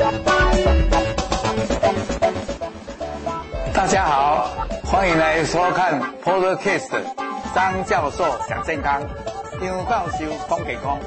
大家好，欢迎来收看 Podcast 张教授讲健康，张教授讲健康。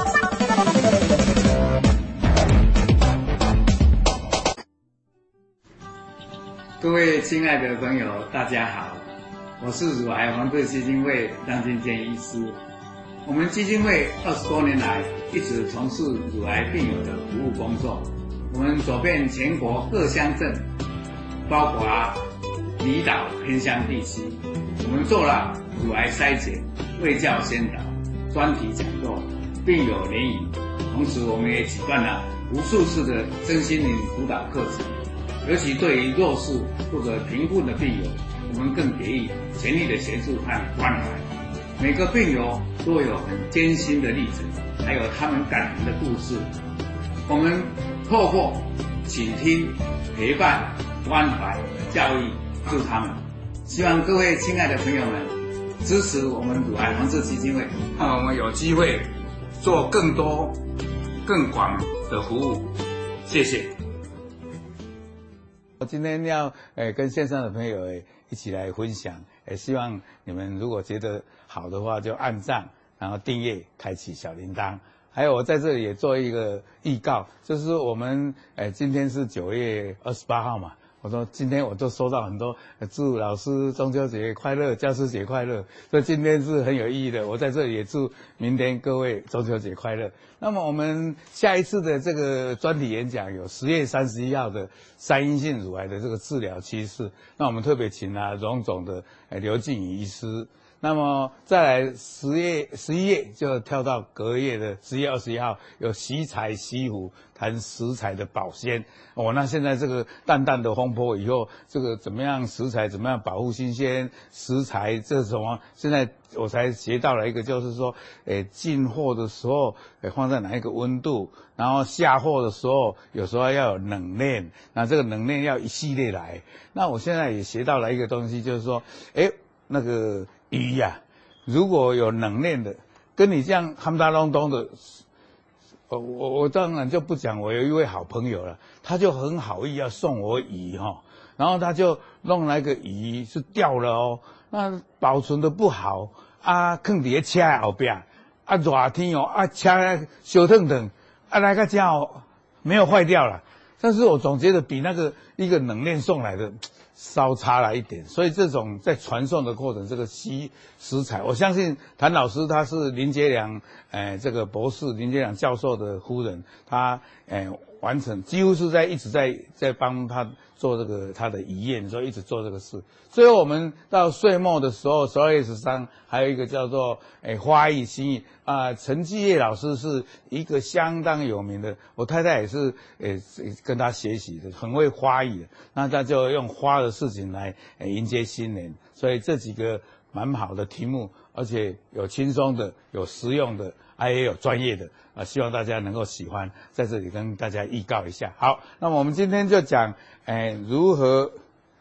各位亲爱的朋友，大家好，我是乳癌防治基金会张金健医师。我们基金会20多年来一直从事乳癌病友的服务工作，我们走遍全国各乡镇，包括离岛偏乡地区，我们做了乳癌筛检、卫教宣导、专题讲座、病友联谊，同时我们也举办了无数次的身心灵辅导课程。尤其对于弱势或者贫困的病友，我们更给予全力的协助和关怀。每个病友都有很艰辛的历程，还有他们感人的故事。我们透过倾听、陪伴、关怀、教育，助他们。希望各位亲爱的朋友们支持我们乳癌防治基金会，让我们有机会做更多、更广的服务。谢谢。我今天要跟线上的朋友一起来分享，希望你们如果觉得好的话就按赞，然后订阅，开启小铃铛。还有我在这里也做一个预告，就是我们今天是9月28号嘛，我说今天我都收到很多祝老师中秋节快乐、教师节快乐，所以今天是很有意义的。我在这里也祝明天各位中秋节快乐。那么我们下一次的这个专题演讲有10月31号的三阴性乳癌的这个治疗趋势，那我们特别请了荣总的刘静怡医师。那么再来11月就跳到隔月的10月21号，有习材习福谈食材的保鲜。那现在这个淡淡的风波以后，这个怎么样食材怎么样保护新鲜，食材这什么，现在我才学到了一个，就是说进货的时候放在哪一个温度，然后下货的时候有时候要有冷链，那这个冷链要一系列来。那我现在也学到了一个东西，就是说那个鱼呀，如果有冷链的，跟你这样憨大隆咚的，我当然就不讲。我有一位好朋友了，他就很好意要送我鱼然后他就弄那个鱼是掉了那保存的不好放在车的后边热天车烧烫烫那个家没有坏掉了，但是我总觉得比那个一个冷链送来的稍差了一点，所以这种在传送的过程，这个食材，我相信谭老师他是林杰良这个博士林杰良教授的夫人，他完成几乎是一直在帮他做这个他的遗愿，所以一直做这个事。最后我们到岁末的时候，12月13还有一个叫做花艺心意陈继业老师是一个相当有名的，我太太也是跟他学习的，很会花艺的。那他就用花的事情来迎接新年，所以这几个蛮好的题目，而且有轻松的，有实用的，也有专业的希望大家能够喜欢，在这里跟大家预告一下。好，那么我们今天就讲如何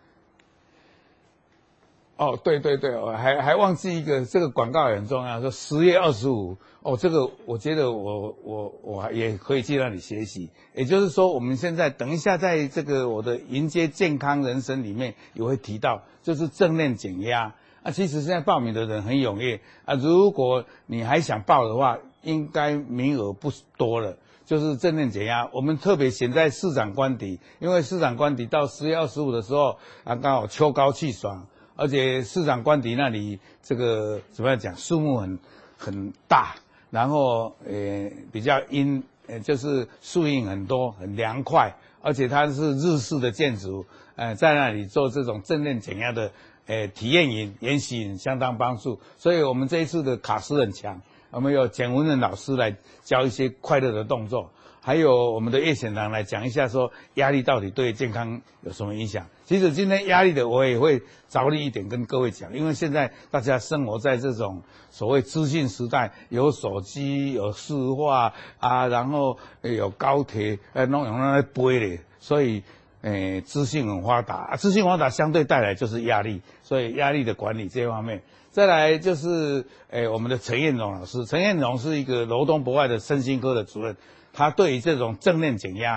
对，我还忘记一个，这个广告也很重要，说10月25这个我觉得我也可以去那里学习。也就是说，我们现在等一下在这个我的迎接健康人生里面也会提到，就是正念减压其实现在报名的人很踊跃如果你还想报的话，应该名额不多了。就是正念减压，我们特别选在市长官邸，因为市长官邸到10月25的时候刚好秋高气爽，而且市长官邸那里这个怎么样讲，树木很大，然后比较阴，就是树荫很多，很凉快，而且它是日式的建筑，在那里做这种正念减压的体验营、研习营相当帮助，所以我们这一次的卡司很强。我们有简文仁老师来教一些快乐的动作，还有我们的叶显堂来讲一下说压力到底对健康有什么影响。其实今天压力的我也会着力一点跟各位讲，因为现在大家生活在这种所谓资讯时代，有手机，有视化然后有高铁弄来飞的，所以资讯很发达资讯发达相对带来就是压力，所以压力的管理这方面。再来就是我们的陈彦荣老师，陈彦荣是一个罗东博爱的身心科的主任，他对于这种正念减压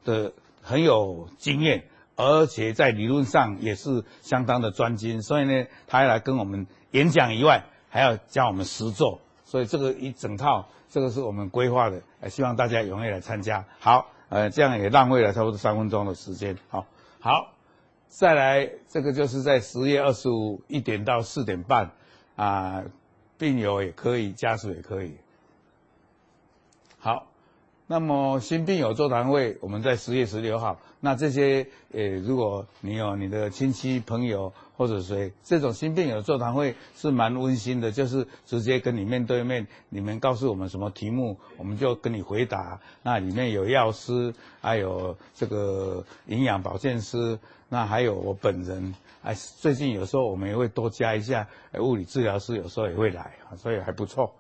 的很有经验，而且在理论上也是相当的专精，所以呢，他要来跟我们演讲以外，还要教我们实作，所以这个一整套，这个是我们规划的，希望大家踊跃来参加。好，这样也浪费了差不多3分钟的时间。好，再来，这个就是在10月25 1点到4点半啊，病友也可以，家属也可以。好。那么新病友座谈会，我们在10月16号。那这些如果你有你的亲戚朋友或者谁，这种新病友座谈会是蛮温馨的，就是直接跟你面对面，你们告诉我们什么题目，我们就跟你回答。那里面有药师，还有这个营养保健师，那还有我本人。最近有时候我们也会多加一下物理治疗师，有时候也会来，所以还不错。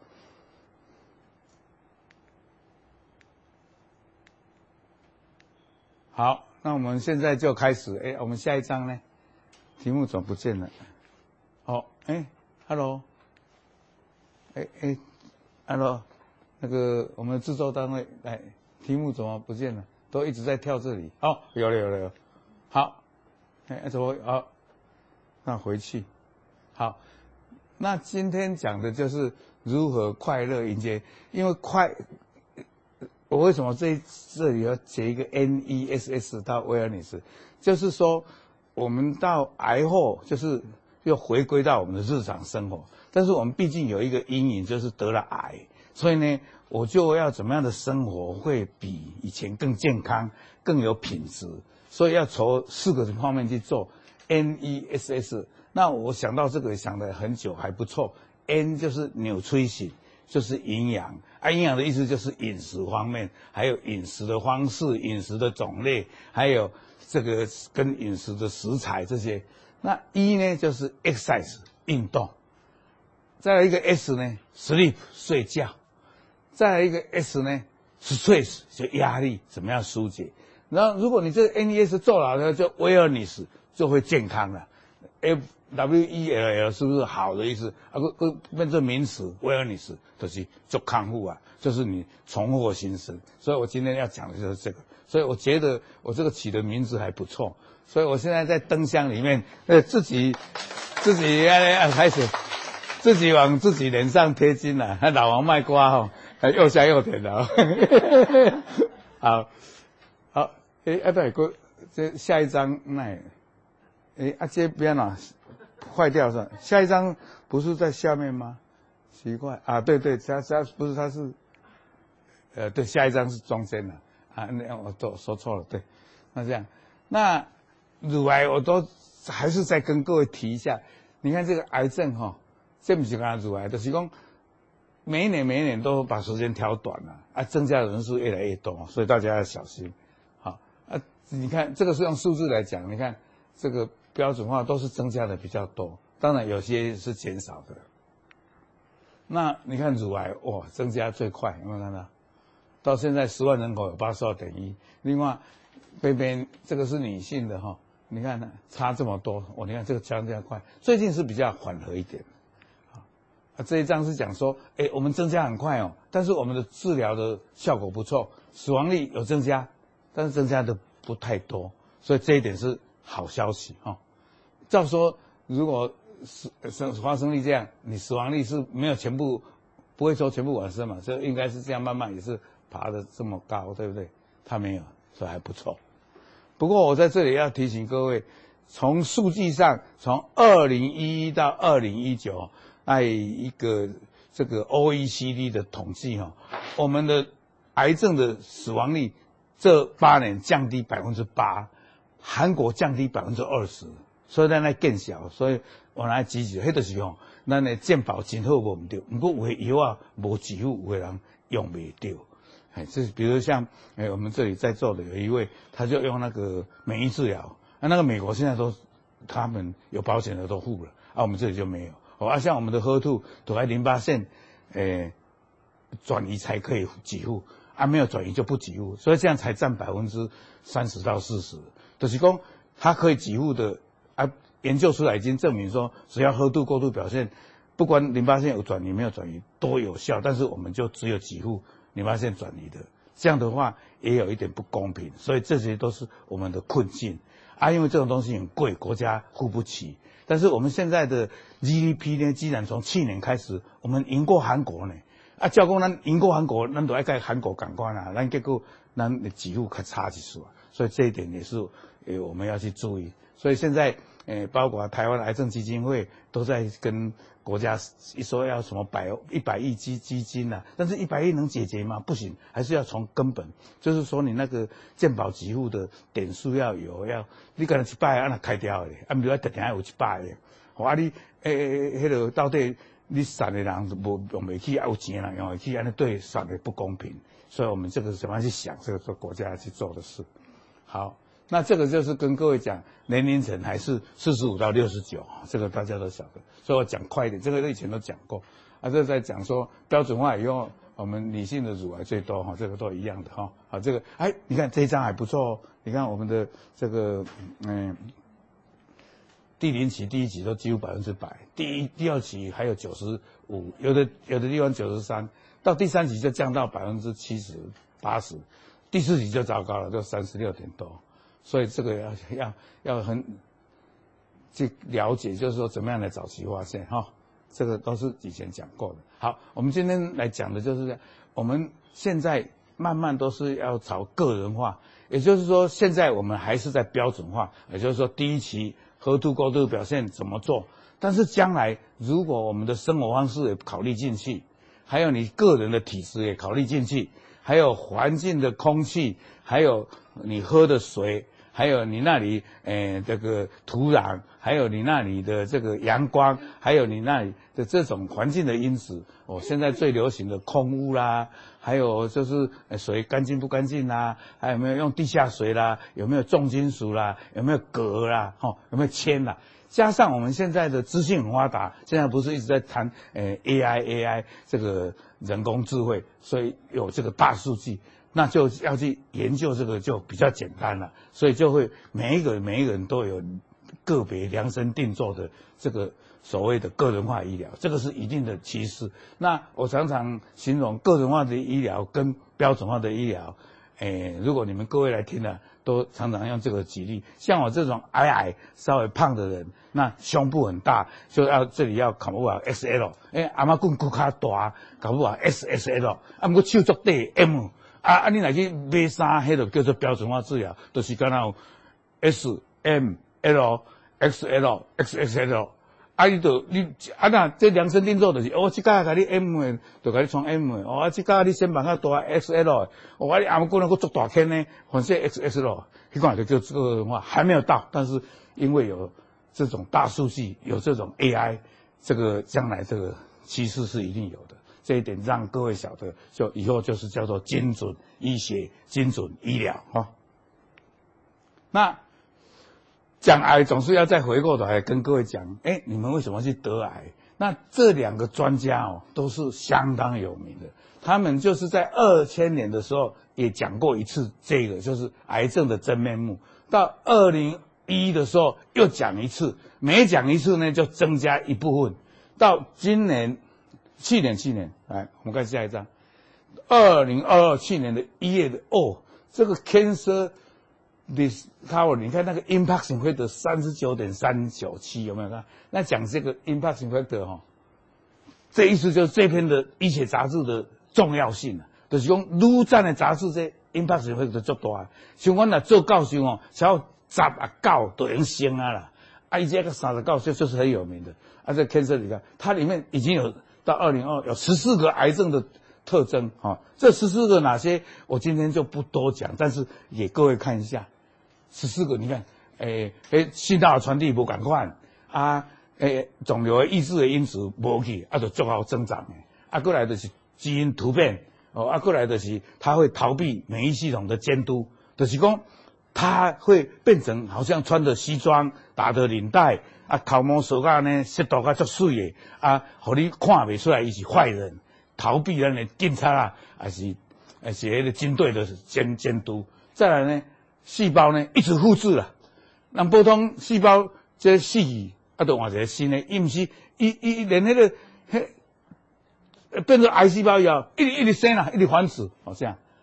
好，那我们现在就开始。我们下一章呢？题目怎么不见了？，Hello，Hello，那个我们制作单位来，题目怎么不见了？都一直在跳这里。有了。好，怎么好？那回去。好，那今天讲的就是如何快乐迎接，因为我为什么这里要写一个 NESS 到 Awareness， 就是说我们到癌后就是又回归到我们的日常生活，但是我们毕竟有一个阴影，就是得了癌，所以呢，我就要怎么样的生活会比以前更健康、更有品质，所以要从4个方面去做 NESS。那我想到这个想了很久，还不错。N 就是 nutrition， 就是营养。营养的意思就是饮食方面，还有饮食的方式、饮食的种类，还有这个跟饮食的食材这些。那 E 呢就是 exercise 运动，再来一个 S 呢 sleep 睡觉，再来一个 S 呢 stress 就压力怎么样疏解。然后如果你这个 NES 做好了，就 awareness 就会健康了。WELL 是不是好的意思？变成名词 awareness 就是做康复啊，就是你重获新生。所以我今天要讲的就是这个。所以我觉得我这个起的名字还不错。所以我现在在灯箱里面，自己开始自己往自己脸上贴金了。老王卖瓜又香又甜的。好，对，这下一章那。这边坏掉是吧？下一张不是在下面吗？奇怪啊，对，它不是，它是，对，下一张是中间的那我都说错了，对，那这样，那乳癌我都还是再跟各位提一下，你看这个癌症这不是讲乳癌，就是讲每一年都把时间调短了增加的人数越来越多，所以大家要小心。好你看这个是用数字来讲，你看这个。标准化都是增加的比较多，当然有些是减少的。那你看乳癌增加最快，有没有看到？到现在10万人口有82.1。另外，边边这个是女性的你看差这么多，你看这个降这样快，最近是比较缓和一点。这一章是讲说，我们增加很快但是我们的治疗的效果不错，死亡率有增加，但是增加的不太多，所以这一点是好消息照说如果发生率这样，你死亡率是没有全部，不会说全部往生嘛，这应该是这样慢慢也是爬得这么高，对不对？他没有，所以还不错。不过我在这里要提醒各位，从数据上，从2011到2019，一个这个 OECD 的统计我们的癌症的死亡率这8年降低8%。韩国降低20%，所以咱来减少，所以我来支持，迄就是咱的健保真好无唔对，不过有的药无支付，有的人用袂到。这比如像我们这里在座的有一位，他就用那个免疫治疗，那个美国现在都他们有保险的都付了，我们这里就没有。像我们的HER2都在淋巴腺转移才可以给付，没有转移就不给付，所以这样才占30%到40%。就是说，它可以给付的研究出来已经证明说，只要HER2过度表现，不管淋巴腺有转移没有转移都有效，但是我们就只有给付淋巴腺转移的这样的话也有一点不公平，所以这些都是我们的困境啊。因为这种东西很贵，国家付不起。但是我们现在的 GDP 呢，既然从去年开始，我们赢过韩国呢。啊，照讲咱赢过韩国，咱就要跟韩国同款啊，咱结果咱的几乎较差一数啊，所以这一点也是我们要去注意。所以现在包括台湾癌症基金会都在跟国家一说要什么100亿基金啊，但是100亿能解决吗？不行，还是要从根本，就是说你那个健保给付的点数要有，你可能100按那开掉的，啊，不要特定要有100的，啊你迄个到底。你散的人无用不起，有钱人用得起，安尼对散的不公平。所以我们这个怎么样去想，这个做国家要去做的事。好，那这个就是跟各位讲，年龄层还是45到69，这个大家都晓得。所以我讲快一点，这个以前都讲过。啊，这在讲说标准化以后，我们女性的乳癌最多哈，这个都一样的哈。好，这个你看这一张还不错哦。你看我们的这个第0期、第1期都几乎100%，第2期还有95%，有的地方93%，到第3期就降到70%、80%，第4期就糟糕了，就36点多。所以这个要很去了解，就是说怎么样来早期发现哈，这个都是以前讲过的。好，我们今天来讲的就是我们现在慢慢都是要朝个人化，也就是说现在我们还是在标准化，也就是说第1期。核突过度表现怎么做？但是将来如果我们的生活方式也考虑进去，还有你个人的体质也考虑进去，还有环境的空气，还有你喝的水，还有你那里这个土壤，还有你那里的这个阳光，还有你那里的这种环境的因子，现在最流行的空污啦，还有就是水干净不干净啦，还有没有用地下水啦，有没有重金属啦，有没有镉啦，有没有铅啦，加上我们现在的资讯很发达，现在不是一直在谈AI 这个人工智慧，所以有这个大数据。那就要去研究这个就比较简单了，所以就会每一个人都有个别量身定做的这个所谓的个人化医疗，这个是一定的趋势。那我常常形容个人化的医疗跟标准化的医疗，如果你们各位来听了，都常常用这个举例。像我这种矮稍微胖的人，那胸部很大，就要这里要搞不好 SL， 阿妈棍骨较大，搞不好 SSL， 不过手足底 M。你若去买衫，迄就叫做标准化治疗，就是敢若有 S、M、L、XL、XXL。那这量身定做就是，这家给你 M 的，就给你穿 M 的，这家你肩膀较大 XL 的，你阿姆骨能够做大片呢，反正 XXL， 迄款就叫个人化，还没有到，但是因为有这种大数据，有这种 AI， 这个将来这个趋势是一定有的。这一点让各位晓得，就以后就是叫做精准医学、精准医疗哈。那讲癌总是要再回过头来跟各位讲，你们为什么去得癌？那这2个专家都是相当有名的，他们就是在2000年的时候也讲过一次这个，就是癌症的真面目。到2011的时候又讲一次，每讲一次呢就增加一部分。到今年。去年，来，我们看下一张，2022去年的1月的这个 cancer discovery， 你看那个 impact factor 39.397有没有看？那讲这个 impact factor 这意思就是这篇的医学杂志的重要性啊，就是讲愈赞的杂志这 impact factor 足大，像我若做教授只要19就能升啊啦，伊这个39就是很有名的，这 cancer 你看，它里面已经有。到2022有14个癌症的特征这14个哪些我今天就不多讲，但是给各位看一下，14个你看，信道传递不赶快肿瘤的抑制的因子无去，就足好增长的，过来就是基因突变过来就是它会逃避免疫系统的监督，就是讲它会变成好像穿着西装打着领带。头毛手甲呢，色度甲足水的，互你看袂出来伊是坏人，逃避咱的警察还是迄个军队的监督。再来呢，细胞呢一直复制啦，咱普通细胞这死去，就换一个新的，伊毋是，伊连那个变成癌细胞以后，一直生啦，一直繁殖，这样，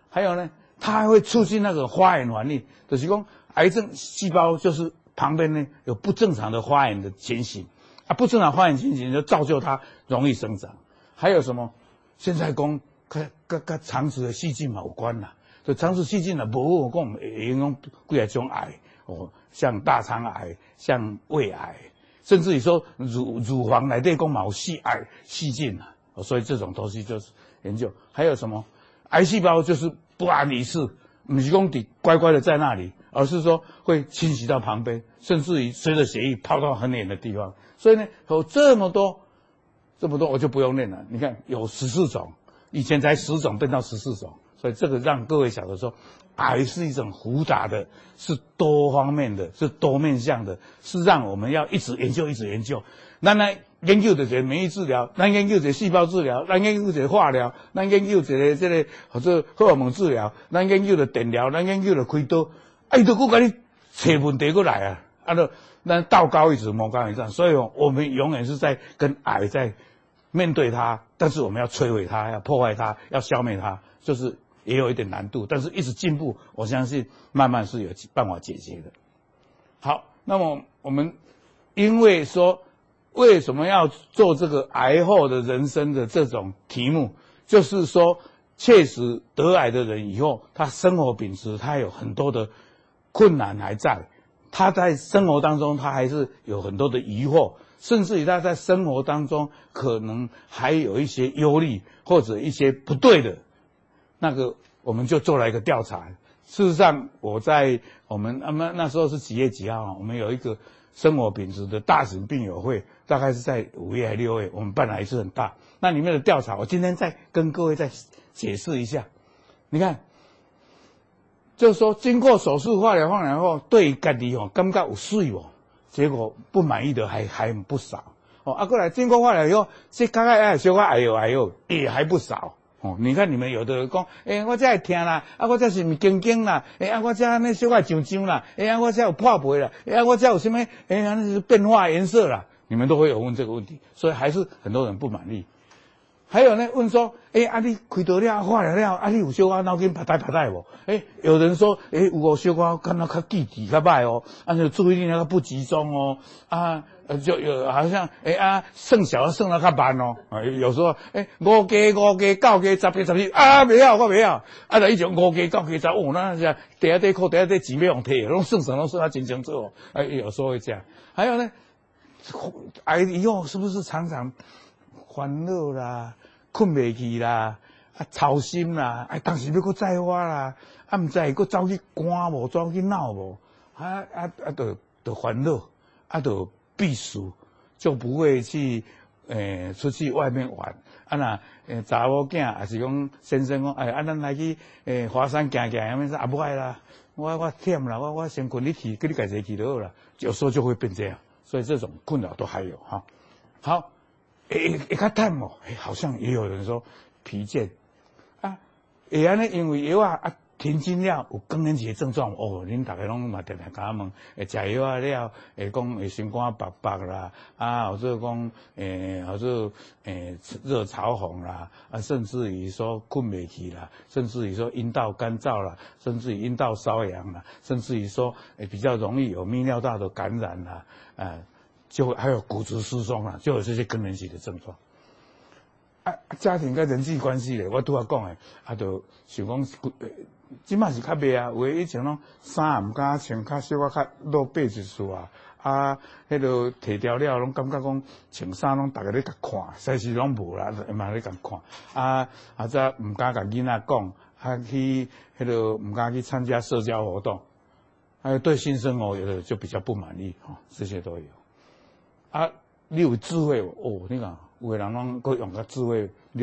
还有呢，它还会促进那个发炎反应，就是说癌症细胞就是旁边呢有不正常的发炎的情形，啊，不正常发炎情形就造就它容易生长。还有什么？现在讲跟肠子的细菌有关啦，就肠子细菌啦，无我讲会影响几啊种癌哦，像大肠癌、像胃癌，甚至于说乳房内底讲有细菌啊，所以这种东西就是研究。还有什么？癌细胞就是不安于室，不是讲乖乖的在那里，而是说会侵袭到旁边，甚至于随着血液跑到很远的地方。所以呢，有这么多我就不用念了。你看有14种，以前才10种变到14种，所以这个让各位晓得说，癌是一种复杂的，是多方面的，是多面向的，是让我们要一直研究。咱来研究就是免疫治疗，咱研究就是细胞治疗，咱研究就是化疗，咱研究就是这个或者荷尔蒙治疗，咱研究的电疗，咱研究的开刀，伊都搁给你找问题过来啊，那道高一尺，魔高一丈，所以我们永远是在跟癌在面对它，但是我们要摧毁它，要破坏它，要消灭它，就是也有一点难度，但是一直进步，我相信慢慢是有办法解决的。好，那么我们因为说为什么要做这个癌后的人生的这种题目，就是说确实得癌的人以后，他生活品质他有很多的困难还在。他在生活当中，他还是有很多的疑惑，甚至于他在生活当中可能还有一些忧虑或者一些不对的，那个我们就做了一个调查。事实上，我们那时候是几月几号？我们有一个生活品质的大型病友会，大概是在5月还是6月，我们办了一次很大。那里面的调查，我今天再跟各位再解释一下。你看。就是说，经过手术化疗后，对家己感觉有水哦，结果不满意的还不少哦。过来经过化疗以后，这刚刚小可哎呦，也还不少哦。你看你们有的讲，我这会痛啦，我这是唔经经啦，我这那小可痒痒啦，我这有破皮啦，我这有什么那是变化颜色啦，你们都会有问这个问题，所以还是很多人不满意。还有呢，问说，你开刀了，化疗了，你有小可脑筋拍歹无？有人说，有小可感觉较记忆较歹哦，就注意力那个不集中哦，就有好像算小算得较慢哦，有时候5加9加10加11，不要，我不要，就伊就5加9加10，那是第一课第一钱要用摕，拢算得真清楚哦，有时候会这样。还有呢，癌以后是不是常常烦恼啦？困袂去啦，操心啦，当时要搁再发啦，唔知会搁走去肝无，走去脑无，就烦恼，就避暑，就不会去出去外面玩。那查某囝也是讲先生讲，咱来去华山行行，什么不爱啦，我忝啦，我先困你去，给你家己去就好了。有时候就会变这样，所以这种困扰都还有哈。好。较淡哦，好像也有人说疲倦安尼因为药停经了有更年期的症状哦，恁大家拢嘛常常甲我问，食药了，讲心肝白白啦，或者讲或者热潮红啦，甚至于说困袂去啦，甚至于说阴道干燥啦，甚至于阴道瘙痒啦，甚至于说比较容易有泌尿道的感染啦，就会还有骨质疏松啦，就有这些更年期的症状。家庭跟人际关系咧，我拄仔讲诶，就想讲，即马是较袂有诶以前拢衫也毋敢穿，较小可较露背一束迄个摕掉了，拢感觉讲穿衫拢逐个咧甲看，实时拢无啦，嘛咧甲看，则毋敢甲囡仔讲，去迄个毋敢去参加社交活动，还有对性生活有的就比较不满意，这些都有。你有智慧哦，你看有的人拢搁用个智慧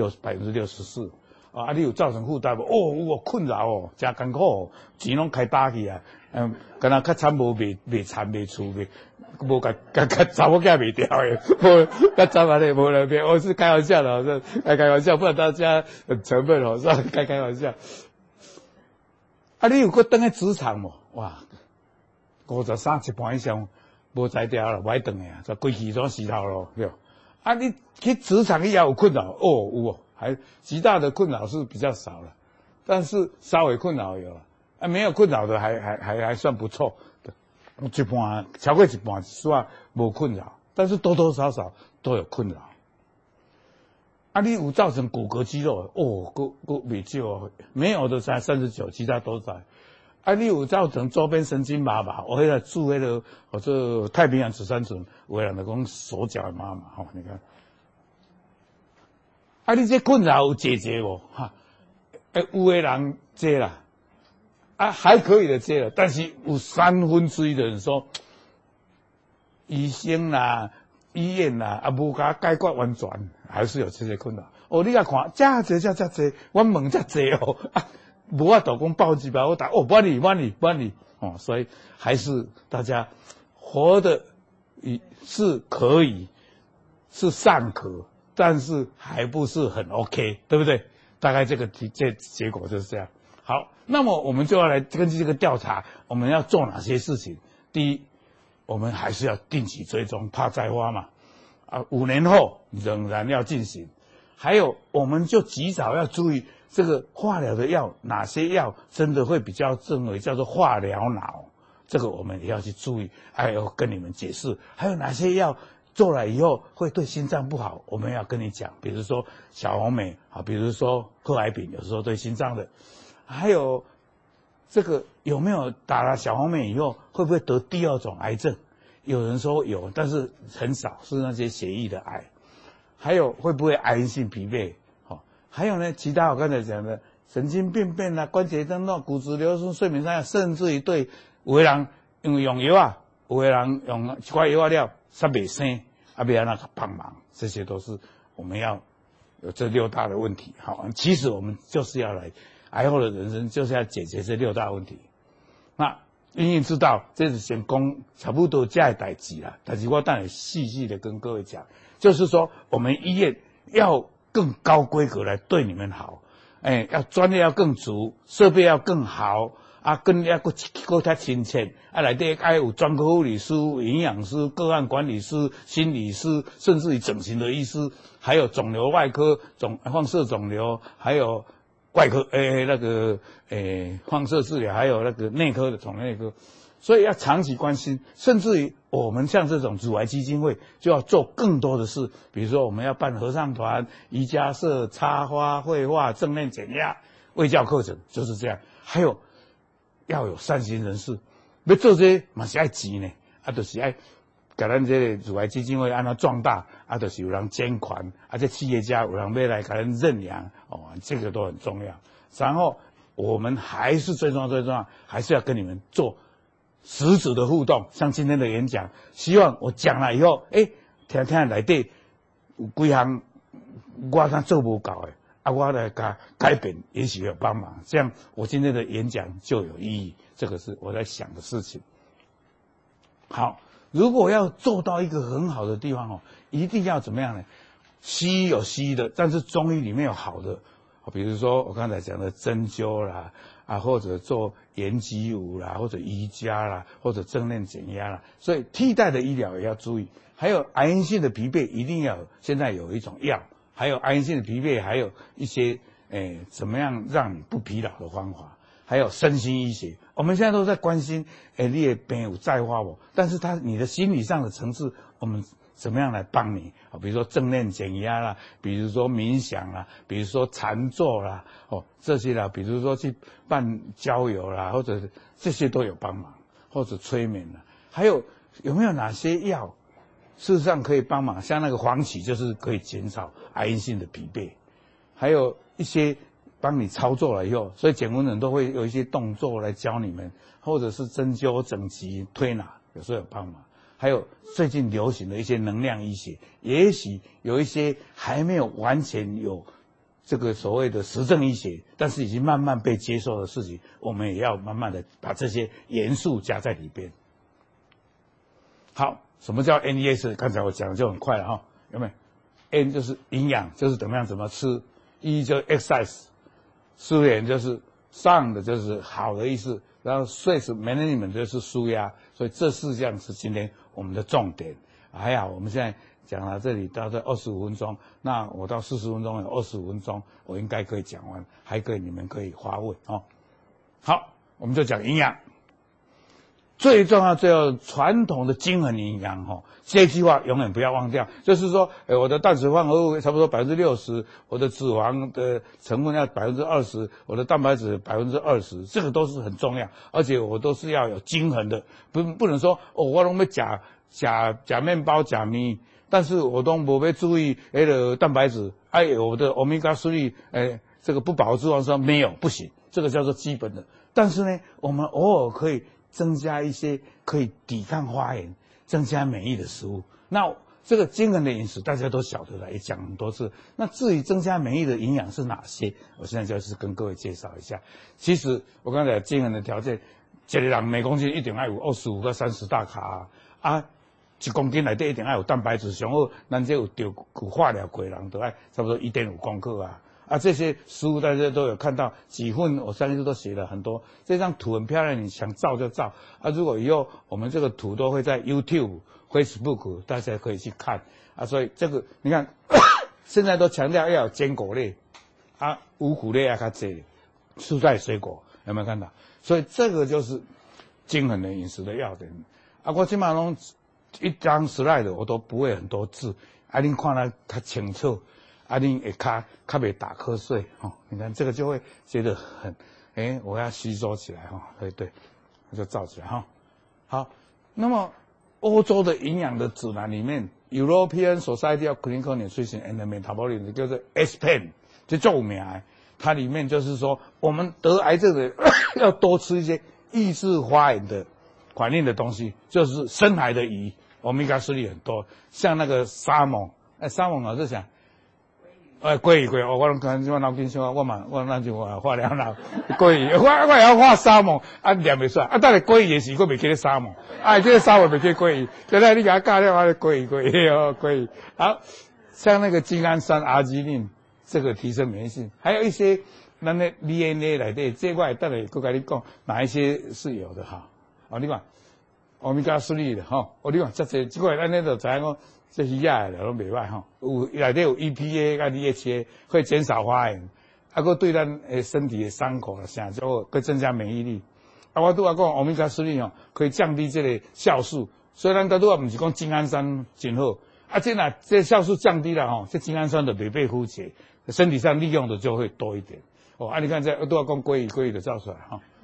64%，你有造成负担无？有困扰哦，真艰苦哦，钱拢开打去啊，敢若较惨无卖田卖厝无甲查某囝卖掉诶，无较惨咧无人卖，我是开玩笑的，开玩笑，不然大家很沉闷哦，是吧？开玩笑。你有搁登去职场无？哇，53一半以上。无才调了，歹转诶啊，就规气都死透咯，对。你去职场也有困扰哦，有哦，还极大的困扰是比较少了。 但是稍微困扰有了，没有困扰的还算不错的，一半超过一半算无困扰，但是多多少少都有困扰。你有造成骨骼肌肉未少，没有的才39，其他都在。你有造成周边神经麻麻，我那住那个或者太平洋紫杉醇，有的人就讲手脚麻麻吼，你看。你这困扰有解决无？有的人这啦，还可以的这了，但是有1/3的人说，医生啦、医院啦，无甲解决完全，还是有这些困扰。你甲看，这济，我问这济无法度讲报几百，我打万里，所以还是大家活的是可以，是尚可，但是还不是很 OK， 对不对？大概这结果就是这样。好，那么我们就要来根据这个调查，我们要做哪些事情？第一，我们还是要定期追踪，怕再发嘛。5年后仍然要进行。还有，我们就及早要注意这个化疗的药，哪些药真的会比较认为叫做化疗脑，这个我们也要去注意，还要跟你们解释。还有哪些药做了以后会对心脏不好，我们要跟你讲。比如说小红莓比如说贺癌丙，有时候对心脏的。还有这个有没有打了小红莓以后会不会得第2种癌症？有人说有，但是很少，是那些血液的癌。还有会不会癌因性疲惫？还有呢，其他我刚才讲的神经病变啦、关节症啦、骨质流失、睡眠障碍，甚至于对有的人因为用药有的人用一块药了煞袂生，要安怎帮忙？这些都是我们要有这6大的问题。其实我们就是要来癌后的人生，就是要解决这6大问题。那因为知道这是先讲差不多这的代志啦，但是我当然细细的跟各位讲，就是说我们医院要更高规格来对你们好，要专业要更足，设备要更好，更要更较亲切，内底要有专科护理师、营养师、个案管理师、心理师，甚至于整形的医师，还有肿瘤外科、放射肿瘤，还有外科放射治疗，还有那个内科的肿瘤内科，所以要长期关心，甚至于我们像这种乳癌基金会就要做更多的事，比如说我们要办合唱团、瑜伽社、插花、绘画、正念减压、卫教课程，就是这样。还有要有善心人士，要做这嘛是要钱呢，就是要给咱这个乳癌基金会按照壮大，就是有人捐款，这企业家有人要来给咱认养，这个都很重要。然后我们还是最重要，还是要跟你们做实质的互动，像今天的演讲，希望我讲了以后，听内底有几项我敢做不到的，我来改变，也许有帮忙，这样我今天的演讲就有意义。这个是我在想的事情。好，如果要做到一个很好的地方一定要怎么样呢？西医有西医的，但是中医里面有好的，比如说我刚才讲的针灸啦，或者做延肌舞啦，或者瑜伽啦，或者正念减压啦，所以替代的医疗也要注意。还有癌因性的疲惫一定要有，现在有一种药，还有癌因性的疲惫，还有一些怎么样让你不疲劳的方法，还有身心医学。我们现在都在关心你的病有再发不，但是你的心理上的层次，我们怎么样来帮你？比如说正念减压啦，比如说冥想啦，比如说禅坐啦，这些啦，比如说去办郊游啦，或者这些都有帮忙，或者催眠啦。还有没有哪些药事实上可以帮忙？像那个黄芪就是可以减少癌因性的疲惫，还有一些帮你操作了以后，所以简文人都会有一些动作来教你们，或者是针灸、整脊、推拿，有时候有帮忙。还有最近流行的一些能量医学，也许有一些还没有完全有这个所谓的实证医学，但是已经慢慢被接受的事情，我们也要慢慢的把这些元素加在里边。好，什么叫 NES？ 刚才我讲的就很快了有没有 ？N 就是营养，就是怎么吃；E 就是 exercise， 舒眠就是 sound 就是好的意思，然后 stress management 就是舒压。所以这4项是今天我们的重点。还好我们现在讲到这里大概25分钟，那我到40分钟有25分钟，我应该可以讲完，还可以你们可以发问哦。好，我们就讲营养。最重要传统的均衡营养哈，这句话永远不要忘掉。就是说，我的碳水化合物差不多60%，我的脂肪的成分要20%，我的蛋白质20%，这个都是很重要。而且我都是要有均衡的，不能说我拢要吃面包吃面，但是我都没要注意蛋白质，我的欧米伽3这个不饱和脂肪酸没有不行，这个叫做基本的。但是呢，我们偶尔可以增加一些可以抵抗发炎、增加免疫的食物。那这个均衡的饮食大家都晓得了，也讲很多次。那至于增加免疫的营养是哪些，我现在就是跟各位介绍一下。其实我刚才均衡的条件，一个人每公斤一定要有25到30大卡1公斤内底一定要有蛋白质，上好咱这有化疗过的人都要差不多1.5公克这些食物大家都有看到，几份我上次都写了很多。这张图很漂亮，你想照就照如果以后我们这个图都会在 YouTube、Facebook， 大家可以去看所以这个你看，现在都强调要有坚果类五谷类较多，蔬菜水果有没有看到？所以这个就是均衡的饮食的要点我基本上一张 slide 我都不会很多字您看得较清楚。你会较袂打瞌睡你看这个就会觉得很我要吸收起来对，我就照起来好，那么欧洲的营养的指南里面 ，European Society of Clinical Nutrition and Metabolism 叫做 ESPEN， 这最有名的。它里面就是说，我们得癌症的要多吃一些抑制发炎的反应的东西，就是深海的鱼，欧米伽3很多，像那个沙蒙，沙蒙老师讲。鲑鱼，我拢看我脑筋想，我那就画了脑鲑鱼，我也要画沙漠，念袂出来，等下鲑鱼的时，我袂记得沙漠，这个沙漠袂记鲑鱼，现在你给他教了，我鲑鱼，好，像那个精氨酸、阿基宁，这个提升免疫性，还有一些咱的 DNA 内底，这我等下再跟你讲哪一些是有的你看，欧米伽3的你看这个咱那就知影讲。这鱼仔的拢袂歹有内底有 EPA 跟 DHA， 会减少发炎，佫对咱身体的伤口啦啥就会增加免疫力。我拄仔讲欧米伽3可以降低这个酵素，所以咱拄仔毋是讲精氨酸真好，这酵素降低了这精氨酸就袂被分解，身体上利用的就会多一点。你看这拄仔讲鲑鱼就照出来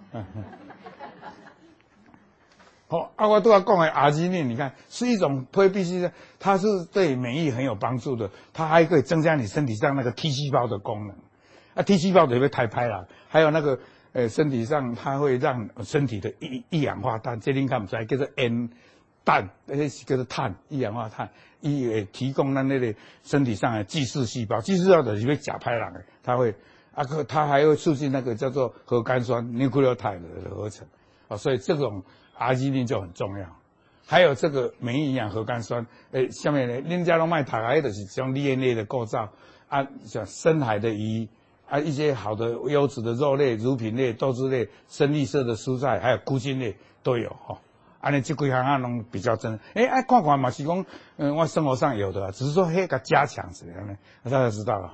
我都要讲的阿基宁，你看是一种非必需的，它是对免疫很有帮助的，它还可以增加你身体上那个 T 细胞的功能。T 细胞就会太拍了，还有那个身体上它会让身体的一氧化碳，这您看不出来，叫做 N 氮，叫做碳，一氧化碳，也提供咱那个身体上的巨噬细胞，巨噬细胞就是要假拍人的，它会它还会促进那个叫做核苷酸 nucleotide 的合成所以这种。阿基宁就很重要，还有这个免疫营养核苷酸，下面呢，恁家拢卖读就是种 DNA 的构造像深海的鱼一些好的优质的肉类、乳品类、豆制类、深绿色的蔬菜，还有菇苷类都有尼这几项拢比较真。看看嘛是讲，我生活上有的只是说给加强这样呢，大家知道了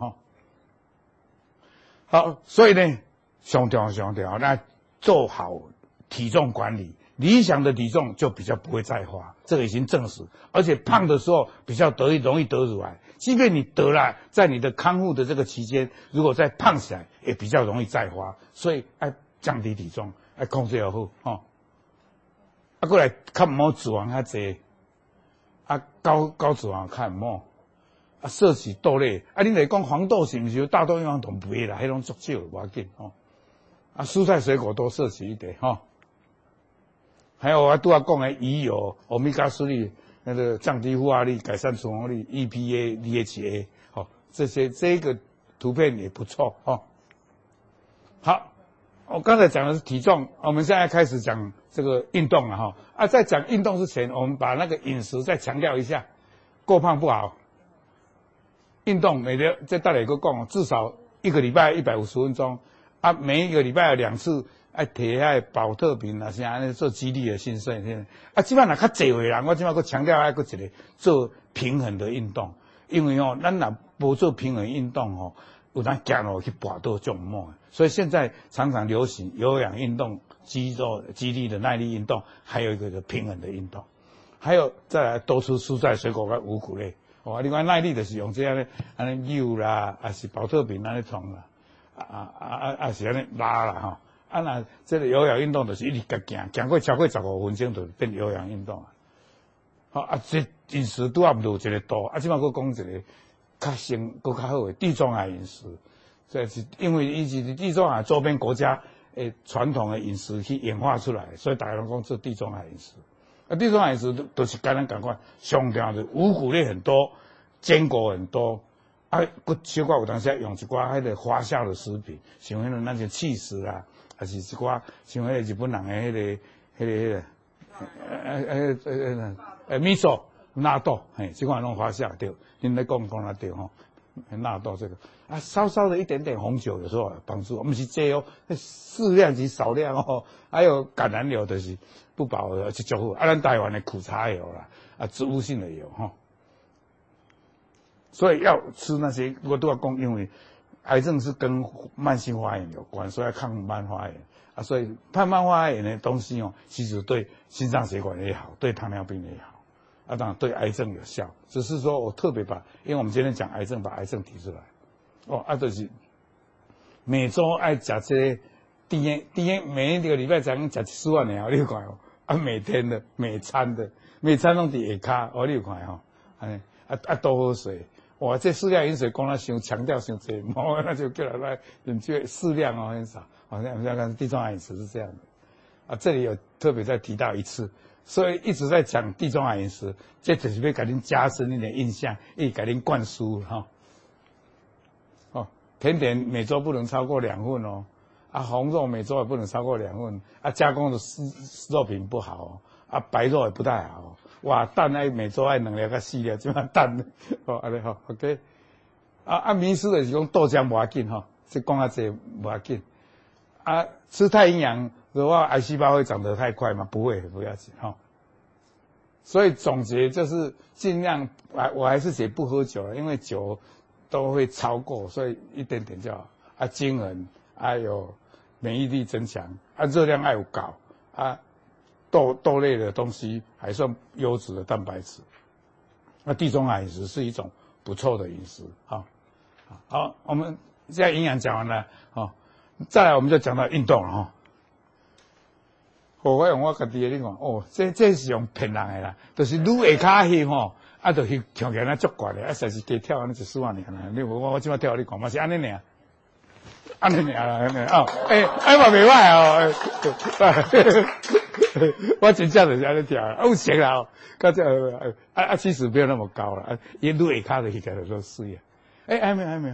好，所以呢，上重要，那做好体重管理。理想的体重就比较不会再发，这个已经证实，而且胖的时候比较容易得乳癌。即便你得了，在你的康复的这个期间，如果再胖起来，也比较容易再发。所以要降低体重，要控制要好过来较唔好脂肪较济，高脂肪较唔好摄取豆类你来讲黄豆是不是大豆异黄酮不会啦，迄种足少无要紧蔬菜水果多摄取一点还有我拄仔讲的鱼油、欧米伽3那个降低负压力、改善存活率、EPA、DHA， 这个图片也不错好，我刚才讲的是体重，我们现在开始讲这个运动了在讲运动之前，我们把那个饮食再强调一下，过胖不好。运动每天再带来一个讲，至少一个礼拜150分钟每一个礼拜有2次爱摕遐保特瓶啊，啥安尼做肌力的训练。啊，即摆若较侪个人，我即摆佫强调还佫一个做平衡的运动，因为咱若无做平衡运动有当行路去跋倒就猛。所以现在常常流行有氧运动、肌力的耐力运动，还有一个平衡的运动，还有再来多吃蔬菜水果跟五谷类。另外耐力就是用这样的安尼扭啦，还是保特瓶安尼冲啦，是安尼拉啦那这个有氧运动就是一直行过超过15分钟就变有氧运动这饮食拄有一个度即摆佫讲一个较佫较好的地中海饮食，这是因为伊是地中海周边国家传统的饮食去演化出来的，所以大家拢讲做地中海饮食。地中海饮食都是跟咱同款，上重要的五谷类很多，坚果很多。佫小可有当时用一寡迄个发酵的食品，像迄个咱像起司啦，还是一寡像迄个日本人的迄个米索纳豆，这款拢发酵对。恁咧讲得对纳豆这个稍稍的一点点红酒有时候有帮助，不是这适量及少量还有橄榄油就是不饱和去足好，咱台湾的苦茶油啦，植物性的油所以要吃那些，我都要讲，因为癌症是跟慢性发炎有关，所以要抗慢发炎所以抗慢发炎的东西其实对心脏血管也好，对糖尿病也好当然对癌症有效。只是说我特别因为我们今天讲癌症，把癌症提出来就是每周爱吃这个甜每一个礼拜才能吃4万年你有看每天的每餐拢伫下骹你有看安尼多喝水。哇，这适量饮水讲了强调伤济，那就叫来你就适量很少。好像看地中海饮食是这样的这里有特别再提到一次，所以一直在讲地中海饮食，这就是要给您加深一点印象，一直给您灌输甜点每周不能超过2份红肉每周也不能超过2份加工的肉品不好白肉也不太好。哇，蛋每周爱2粒到4粒，即摆蛋安尼OK。迷失的是讲豆浆无要紧这讲这无要紧吃太营养的话，癌细胞会长得太快吗？不会，不要紧所以总结就是尽量我还是写不喝酒了，因为酒都会超过，所以一点点就好均衡有免疫力增强热量有够豆类的东西还算优质的蛋白质。地中海饮食是一种不错的饮食好，我们现在营养讲完了再来我们就讲到运动了我用我家己的你看这是用骗人的啦，就是愈下骹翕就翕跳起来足悬的实在是加跳安尼就4万年啦。我即摆跳你看嘛是安尼尔啦嘛袂歹我真正就是安尼跳有熟啦到这其实没有那么高了愈下骹就起来就水还没有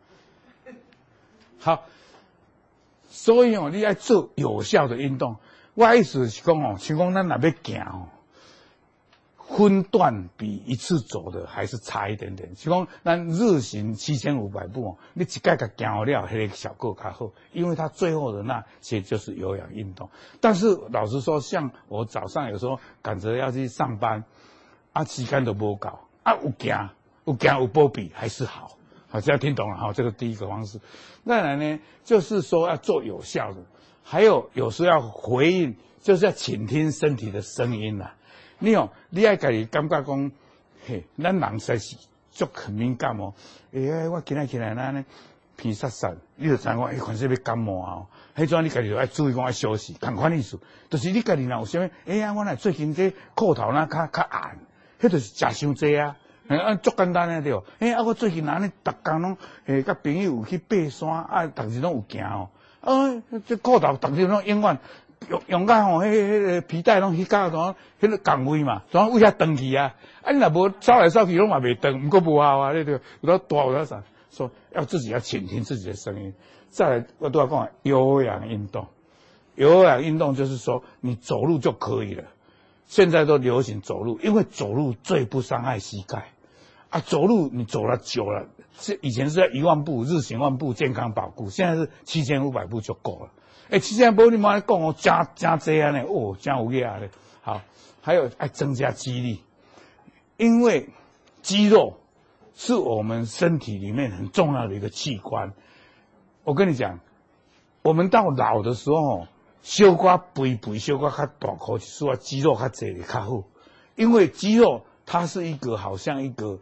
好，所以你要做有效的运动。我意思是讲像讲咱若要行分段比一次走的还是差一点点。像讲咱日行7500步你一次甲行了，迄个效果较好，因为它最后的那些就是有氧运动。但是老实说，像我早上有时候赶着要去上班时间都无够有行有保庇还是好。好，这样听懂了这个第一个方式。再来呢，就是说要做有效的，还有时候要回应，就是要倾听身体的声音啦。你要家己感觉讲，咱人实在是很敏感我今天起来咱呢鼻塞塞，你就知讲可能是要感冒迄阵你家己就要注意讲要休息，同款意思，就是你家己若有啥物，我若最近这裤头较硬，迄就是食伤济足简单对。我最近安尼逐工拢甲朋友去爬山逐日拢有行这裤头逐日拢永远用到迄个皮带拢迄到迄个岗位嘛，总为遐长去你若无走来走去拢嘛袂长，不过无效你对，有大有啥，说要自己要倾听自己的声音。再来，我都要讲有氧运动。有氧运动就是说你走路就可以了，现在都流行走路，因为走路最不伤害膝盖走路你走了久了，以前是要1万步日行1万步健康保固，现在是7500步就够了其实无你妈讲哦，真济啊呢，哦，真有影咧。好，还有爱增加肌力，因为肌肉是我们身体里面很重要的一个器官。我跟你讲，我们到老的时候，小可肥，小可较大块，需要肌肉较济较好。因为肌肉它是一个好像一个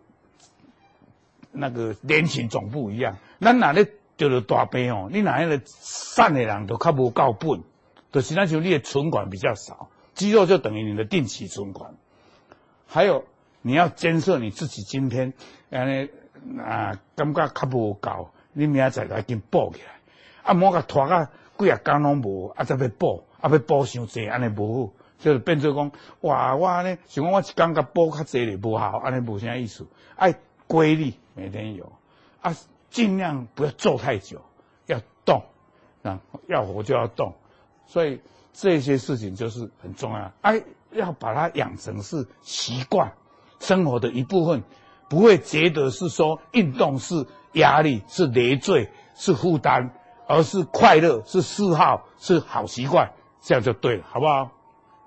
那个连勤总部一样，咱哪咧得了大病哦，你哪个瘦的人都较无够本，就是那就你的存款比较少，肌肉就等于你的定期存款。还有你要监测你自己今天感觉较无够，你明仔载赶紧补起来，莫甲拖甲几啊天拢无，再要补，要补伤济，安尼无好。就是变做讲，哇，我呢想讲我一天甲补较济咧，无效，安尼无啥意思。爱规律，每天有，尽量不要坐太久，要动，要活就要动，所以这些事情就是很重要。要把它养成是习惯，生活的一部分，不会觉得是说运动是压力、是累赘、是负担，而是快乐、是嗜好、是好习惯，这样就对了，好不好？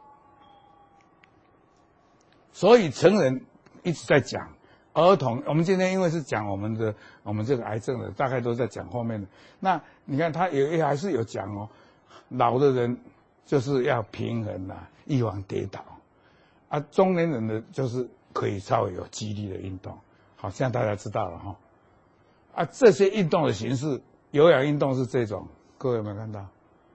所以成人一直在讲，儿童，我们今天因为是讲我们这个癌症的，大概都在讲后面的。那你看他也还是有讲哦，老的人就是要平衡啦，预防跌倒。中年人的就是可以稍微有肌力的运动。好，现在大家知道了哈。这些运动的形式，有氧运动是这种，各位有没有看到？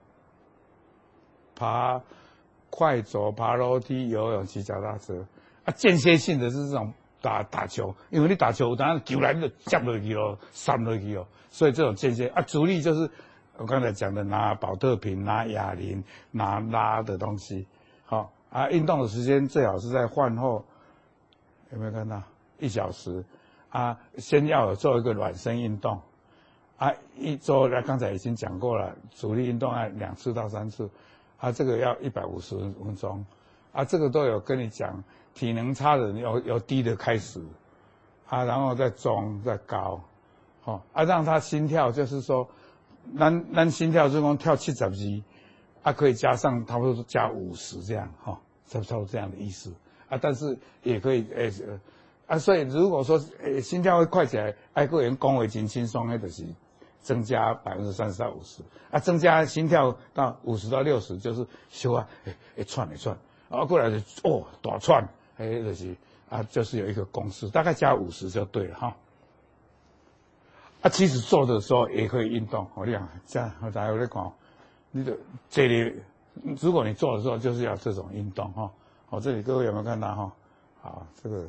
快走、爬楼梯、游泳、骑脚踏车。间歇性的是这种打球，因为你打球，当然球来你就接落去咯，扇落去哦，所以这种间歇阻力就是我刚才讲的拿保特瓶、拿哑铃、拿拉的东西。好运动的时间最好是在饭后，有没有看到1小时？先要有做一个暖身运动。一周刚才已经讲过了，阻力运动2次到3次。这个要150分钟。这个都有跟你讲。体能差的人由低的开始，然后再中再高，让他心跳就是说，咱心跳就讲跳72，可以加上差不多加50这样，差不多这样的意思，但是也可以所以如果说心跳会快起来，个人讲话真轻松，那就是增加30%到50%，增加心跳到50到60，就是小喘，过来就大喘。就是就是有一个公式，大概加50就对了哈。其实做的时候也可以运动，这样大家有在讲，你的这里，如果你做的时候就是要这种运动哈。这里各位有没有看到哈？好，这个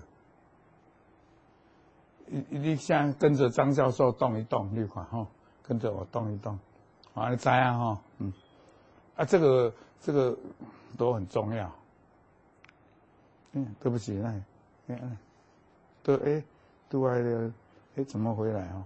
你像跟着张教授动一动，你看哈，跟着我动一动，你知啊哈，这个都很重要。对不起，对外的，怎么回来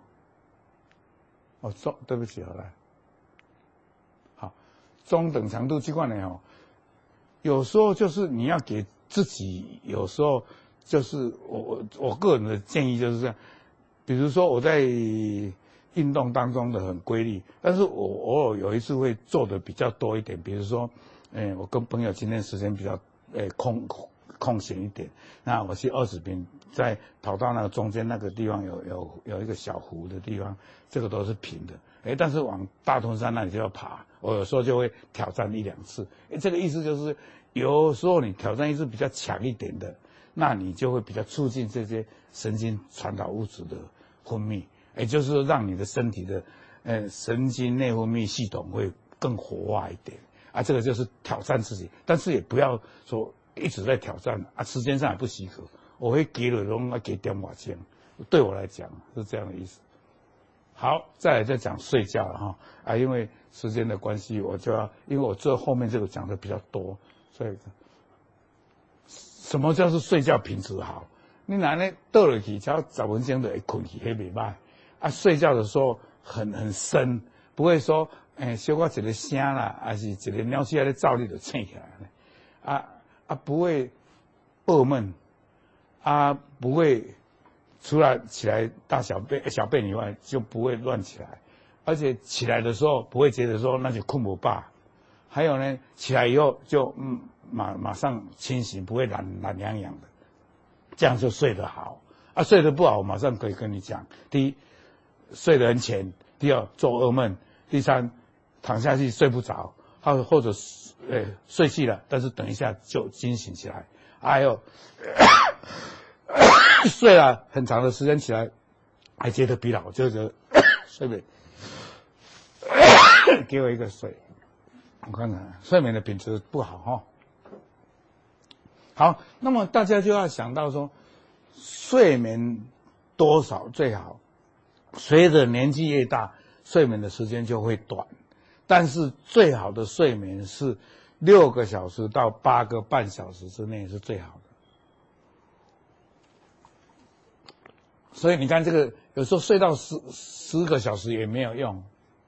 对不起，好来，好，中等强度这块呢有时候就是你要给自己，有时候就是我个人的建议就是这样，比如说我在运动当中的很规律，但是我偶尔有一次会做的比较多一点，比如说，我跟朋友今天时间比较空闲一点，那我去20坪，再跑到那个中间那个地方有一个小湖的地方，这个都是平的，但是往大屯山那里就要爬，我有时候就会挑战1-2次，这个意思就是有时候你挑战一次比较强一点的，那你就会比较促进这些神经传导物质的分泌，也就是让你的身体的神经内分泌系统会更活化一点，这个就是挑战自己，但是也不要说一直在挑战时间上也不许可，我会给了拢要给点瓦钱，对我来讲是这样的意思。好，再来再讲睡觉了哈因为时间的关系，我就要因为我这后面这个讲的比较多，所以什么叫做睡觉品质好？你哪呢倒落去，只要10分钟就会困去，那袂歹睡觉的时候很深，不会说小可一个声啦，还是一个鸟鼠在走，你就醒起来不会噩梦不会除了起来大小便以外就不会乱起来而且起来的时候不会觉得说那就困不饱，还有呢，起来以后就马上清醒，不会懒洋洋的，这样就睡得好。啊，睡得不好，我马上可以跟你讲：第一，睡得很浅；第二，做噩梦；第三，躺下去睡不着，或者睡去了，但是等一下就惊醒起来。还有睡了很长的时间起来，还觉得疲劳，就是睡眠。给我一个水，我看看睡眠的品质不好哈。好，那么大家就要想到说，睡眠多少最好？随着年纪越大，睡眠的时间就会短，但是最好的睡眠是6个小时到8个半小时之内是最好的。所以你看这个，有时候睡到10个小时也没有用，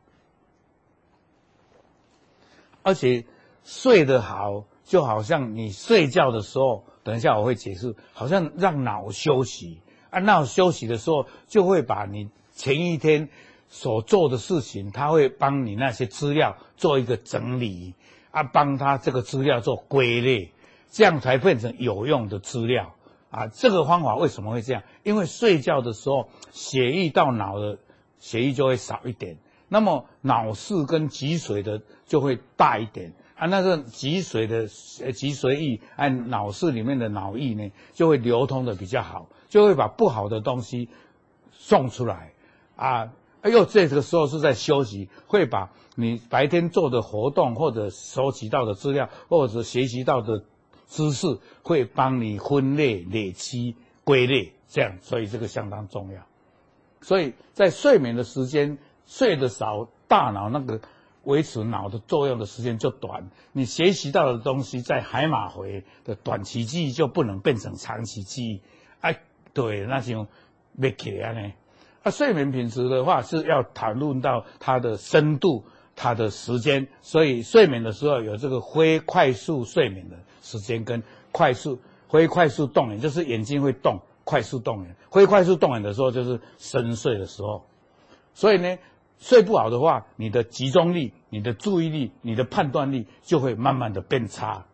而且睡得好，就好像你睡觉的时候，等一下我会解释，好像让脑休息，脑休息的时候，就会把你前一天所做的事情，它会帮你那些资料做一个整理，帮他这个资料做归类，这样才变成有用的资料。这个方法为什么会这样？因为睡觉的时候，血液到脑的血液就会少一点，那么脑室跟脊髓的就会大一点。那个脊髓的脊髓液按脑室里面的脑液呢，就会流通的比较好，就会把不好的东西送出来。又这个时候是在休息，会把你白天做的活动或者收集到的资料或者学习到的知识，会帮你分类、累积、归类，这样，所以这个相当重要。所以在睡眠的时间睡得少，大脑那个维持脑的作用的时间就短，你学习到的东西在海马回的短期记忆就不能变成长期记忆。对，那就没起来呢。睡眠品质的话是要谈论到它的深度、它的时间，所以睡眠的时候有这个非快速睡眠的时间跟非快速动眼，就是眼睛会动，快速动眼。非快速动眼的时候就是深睡的时候。所以呢，睡不好的话，你的集中力、你的注意力、你的判断力就会慢慢的变差。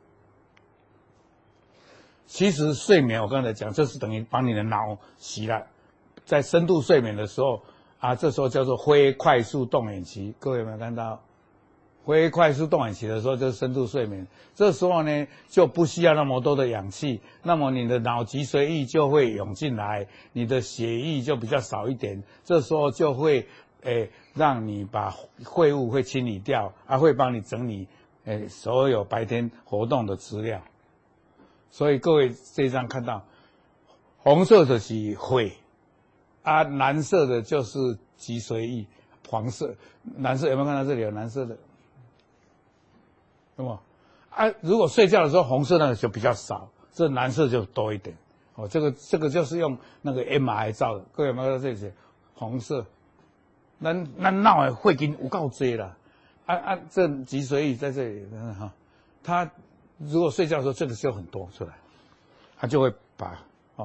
其实睡眠我刚才讲，这是等于把你的脑洗了。在深度睡眠的时候这时候叫做非快速动眼期，各位有没有看到？非快速动眼期的时候就是深度睡眠，这时候呢就不需要那么多的氧气，那么你的脑脊髓液就会涌进来，你的血液就比较少一点，这时候就会让你把废物会清理掉，会帮你整理所有白天活动的资料。所以各位这一张看到红色的是肺，蓝色的就是脊髓液，黄色、蓝色有没有看到这里有蓝色的？有没有？如果睡觉的时候红色那个就比较少，这蓝色就多一点。这个就是用那个 MRI 照的，各位有没有看到这些红色？咱脑的血筋有够多啦，这脊髓液在这里它如果睡觉的时候这个就很多出来，它就会把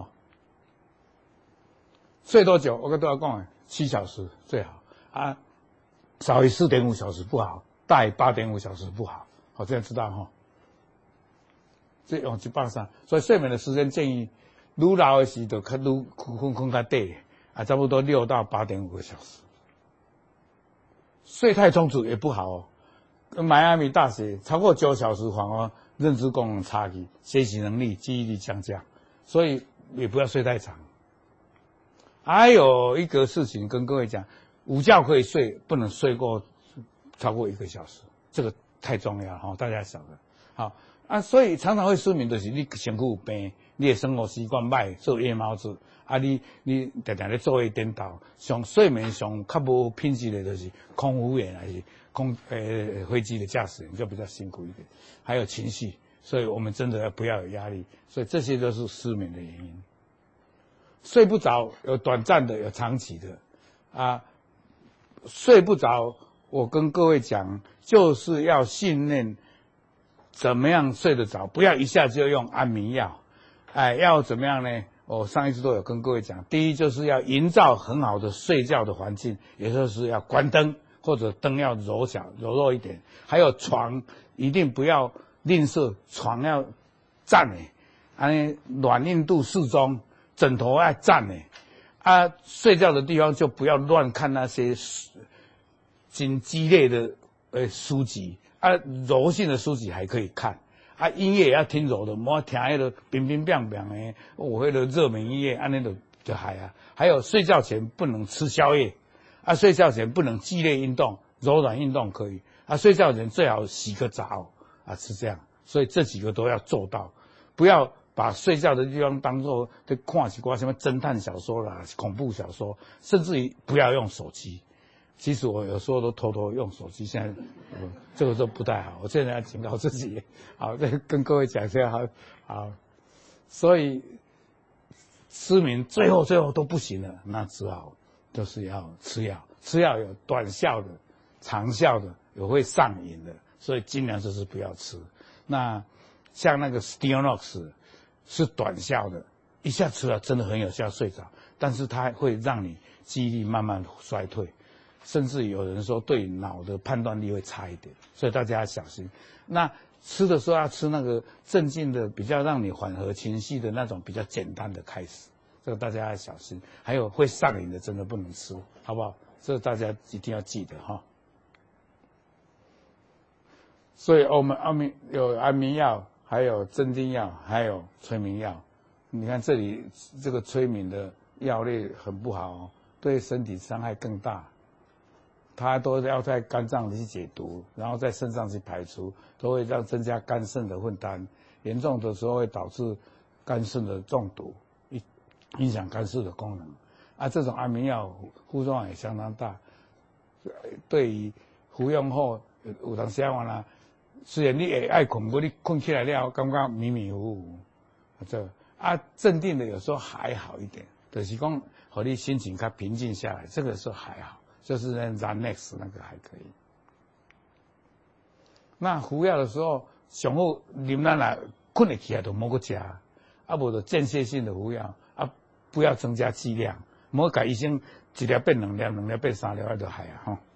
睡多久？我跟大家讲，7小时最好少于4.5小时不好，大于8.5小时不好。这样知道这用130，所以睡眠的时间建议，愈老的时就愈困较短，差不多6到8.5个小时。睡太充足也不好迈阿密大学超过9小时反而认知功能差距、学习能力、记忆力降价，所以也不要睡太长。还有一个事情跟各位讲，午觉可以睡，不能睡过超过1个小时，这个太重要了大家晓得。所以常常会失眠，就是你身躯有病，你的生活习惯歹，做夜猫子，你常常咧做夜颠倒，睡眠上较无品质的，就是空服员还是飞机的驾驶员就比较辛苦一点，还有情绪，所以我们真的不要有压力，所以这些都是失眠的原因。睡不着有短暂的，有长期的睡不着，我跟各位讲，就是要训练怎么样睡得着，不要一下就用安眠药，要怎么样呢？ 我上一次都有跟各位讲，第一就是要营造很好的睡觉的环境，也就是要关灯，或者灯要柔弱一点，还有床一定不要吝啬，床要站的，安尼软硬度适中，枕头要站的，啊，睡觉的地方就不要乱看那些经激烈的书籍，啊，柔性的书籍还可以看。啊，音乐也要听柔的，莫听那个乒乒乓乓的，那个热门音乐，安尼就害啊。还有睡觉前不能吃宵夜，啊，睡觉前不能剧烈运动，柔软运动可以。啊，睡觉前最好洗个澡，啊，是这样。所以这几个都要做到，不要把睡觉的地方当作在看几挂什么侦探小说啦、恐怖小说，甚至于不要用手机。其实我有时候都偷偷用手机，现在这个都不太好。我现在要警告自己，好，再跟各位讲一下，好，所以失眠最后都不行了，那只好就是要吃药，吃药有短效的、长效的，有会上瘾的，所以尽量就是不要吃。那像那个 Stilnox 是短效的，一下吃了真的很有效睡着，但是它会让你记忆力慢慢衰退。甚至有人说对脑的判断力会差一点，所以大家要小心。那吃的时候要吃那个镇静的，比较让你缓和情绪的那种比较简单的开始，这个大家要小心。还有会上瘾的真的不能吃，好不好？这个大家一定要记得哈。所以我们有安眠药，还有镇定药，还有催眠药。你看这里这个催眠的药类很不好哦，对身体伤害更大。它都要在肝脏里去解毒，然后在肾脏去排出，都会让增加肝肾的负担，严重的时候会导致肝肾的中毒，影响肝肾的功能。啊，这种安眠药副作用也相当大，对于服用后有当时啦，虽然你会爱困，不过你困起来了感觉迷迷糊糊，这镇定的有时候还好一点，就是讲和你心情较平静下来，这个时候还好。就是那 Xanax 那个还可以。那服药的时候，上好啉咱来困得起来就莫个吃，无就间歇性的服药，不要增加剂量，莫甲医生一粒变2粒，2粒变3粒，那就害啊哈。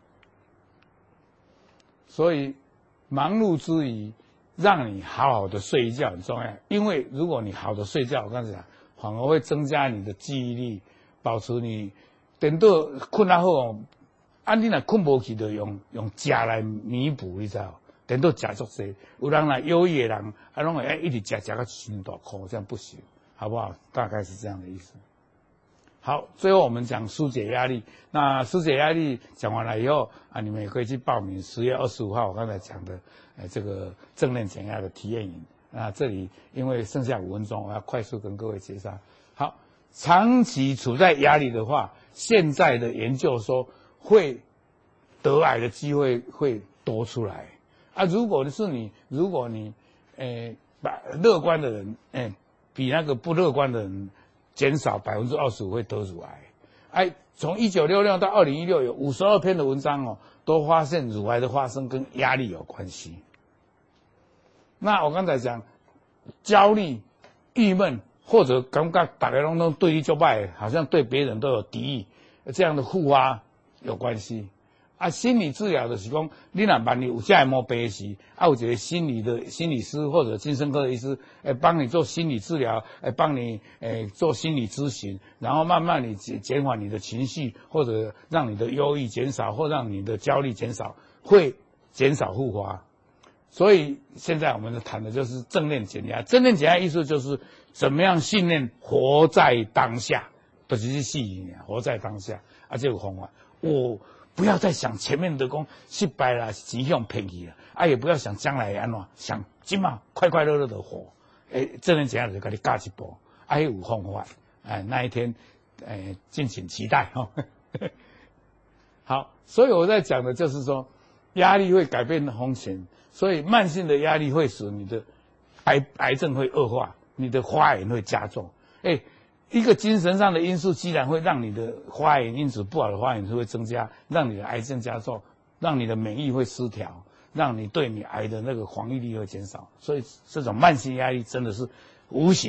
所以忙碌之余，让你好好的睡一觉很重要，因为如果你好的睡觉，我刚才讲，反而会增加你的记忆力，保持你等到困啊好。你若困无去，就用食来弥补，你知道？等到食足济，有人来忧郁的人，拢会一直食到心大哭，这样不行，好不好？大概是这样的意思。好，最后我们讲疏解压力。那疏解压力讲完了以后你们也可以去报名10月25号我刚才讲的这个正念减压的体验营。那这里因为剩下5分钟，我要快速跟各位介绍。好，长期处在压力的话，现在的研究说会得癌的机会会多出来如果你把乐观的人比那个不乐观的人减少25%会得乳癌从1966到2016有52篇的文章都发现乳癌的发生跟压力有关系。那我刚才讲焦虑、郁闷或者感觉大家都对你很坏，好像对别人都有敌意，这样的复发有关系。心理治疗的是讲，你若万一有这样毛病时，有一个心理师或者精神科的医师，帮你做心理治疗，帮你做心理咨询，然后慢慢你减缓你的情绪，或者让你的忧郁减少，或让你的焦虑减少，会减少复发。所以现在我们谈的就是正念减压。正念减压意思就是怎么样训练活在当下，就是细腻活在当下这个方法。不要再想前面的讲失败啦、钱向骗去了，也不要想将来安怎，想今嘛快快乐乐的活。正念减压就给你教一步，有方法，那一天，敬请期待好，所以我在讲的就是说，压力会改变风险，所以慢性的压力会使你的癌症会恶化，你的发炎会加重。一个精神上的因素，既然会让你的发炎因子不好的发炎会增加，让你的癌症加重，让你的免疫会失调，让你对你癌的那个防御力会减少。所以这种慢性压力真的是无形的，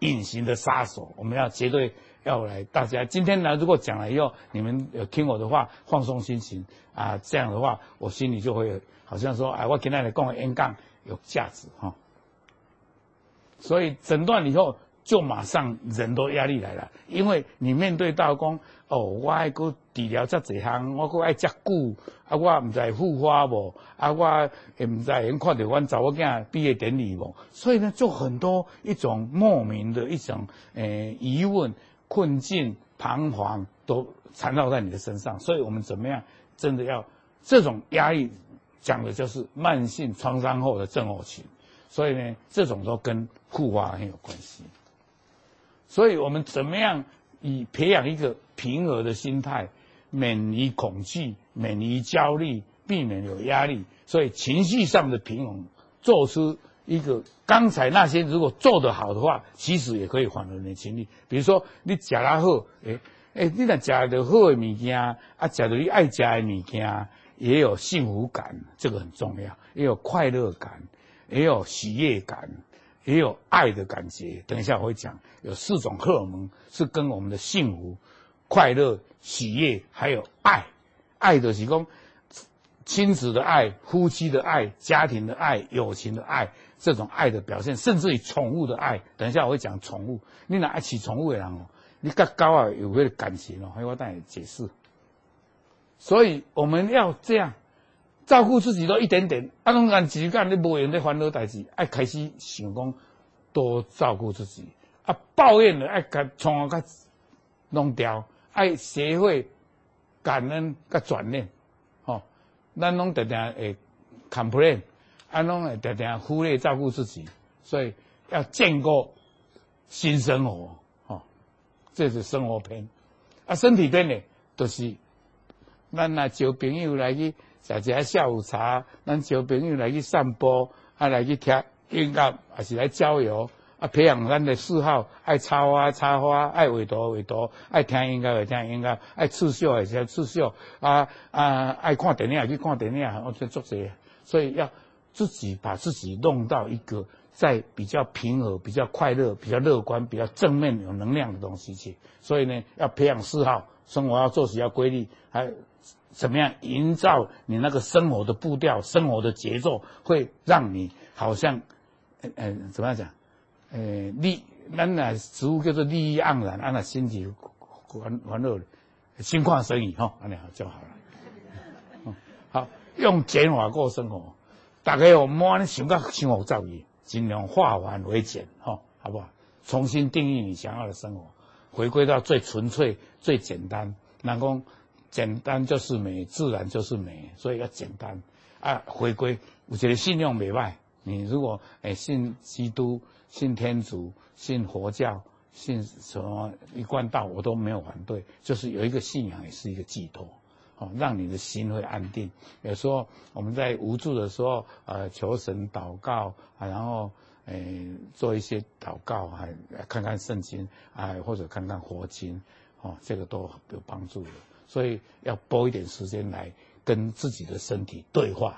隐形的杀手，我们要绝对要来大家今天呢，如果讲了以后，你们有听我的话，放松心情啊，这样的话，我心里就会好像说，哎，我今天来讲的演讲有价值哈。所以诊断以后，就马上人都压力来了，因为你面对到讲，哦，我爱个治疗这几项，我个爱遮久，啊，我唔知复发无，啊，我也唔知因看到阮查某囝毕业典礼无，所以呢，就很多一种莫名的一种疑问、困境、彷徨都缠绕在你的身上，所以我们怎么样，真的要这种压力，讲的就是慢性创伤后的症候群。所以呢，这种都跟复发很有关系。所以我们怎么样以培养一个平和的心态，免于恐惧，免于焦虑，避免有压力。所以情绪上的平衡，做出一个刚才那些如果做得好的话，其实也可以缓和你的情绪。比如说你吃得好，你若吃得好的物件，啊，吃到你爱吃的物件，也有幸福感，这个很重要，也有快乐感。也有喜悦感，也有爱的感觉。等一下我会讲，有4种荷尔蒙是跟我们的幸福、快乐、喜悦还有爱。爱的是讲亲子的爱、夫妻的爱、家庭的爱、友情的爱，这种爱的表现，甚至于宠物的爱。等一下我会讲宠物，你若爱饲宠物的人哦，你跟狗啊有那个感情哦，我等下解释。所以我们要这样。照顾自己都一点点，啊，拢按自己干，你无用在烦恼代志，爱开始想讲多照顾自己，啊，抱怨了爱甲从甲弄掉，爱学会感恩甲转念，吼，咱拢常常会 complain， 啊，拢会常常忽略照顾自己，所以要建构新生活，吼，这是生活篇，啊，身体篇呢，就是咱若招朋友来去。食一下下午茶，咱招朋友来去散步，啊来去听音乐，还是来郊游，啊培养咱的嗜好，爱插花插花，爱画图画图，爱听音乐听音乐，爱刺绣的时刺绣，爱看电影去看电影，我这做这，所以要自己把自己弄到一个在比较平和、比较快乐、比较乐观、比较正面、有能量的东西去。所以呢，要培养嗜好，生活要作息要规律，还。怎么样营造你那个生活的步调、生活的节奏，会让你好像，怎么样讲？咱那植物叫做利益盎然，那心情欢乐，心旷神怡哈，那好就好了。好，用减法过生活，大家我们想到生活造诣，尽量化繁为简哈，好不好？重新定义你想要的生活，回归到最纯粹、最简单，然后。简单就是美，自然就是美，所以要简单啊。回归，我觉得信用没坏。你如果信基督、信天主、信佛教、信什么一贯道，我都没有反对。就是有一个信仰，也是一个寄托，让你的心会安定。有时候我们在无助的时候，求神祷告然后做一些祷告看看圣经或者看看佛经这个都有帮助的。所以要拨一点时间来跟自己的身体对话，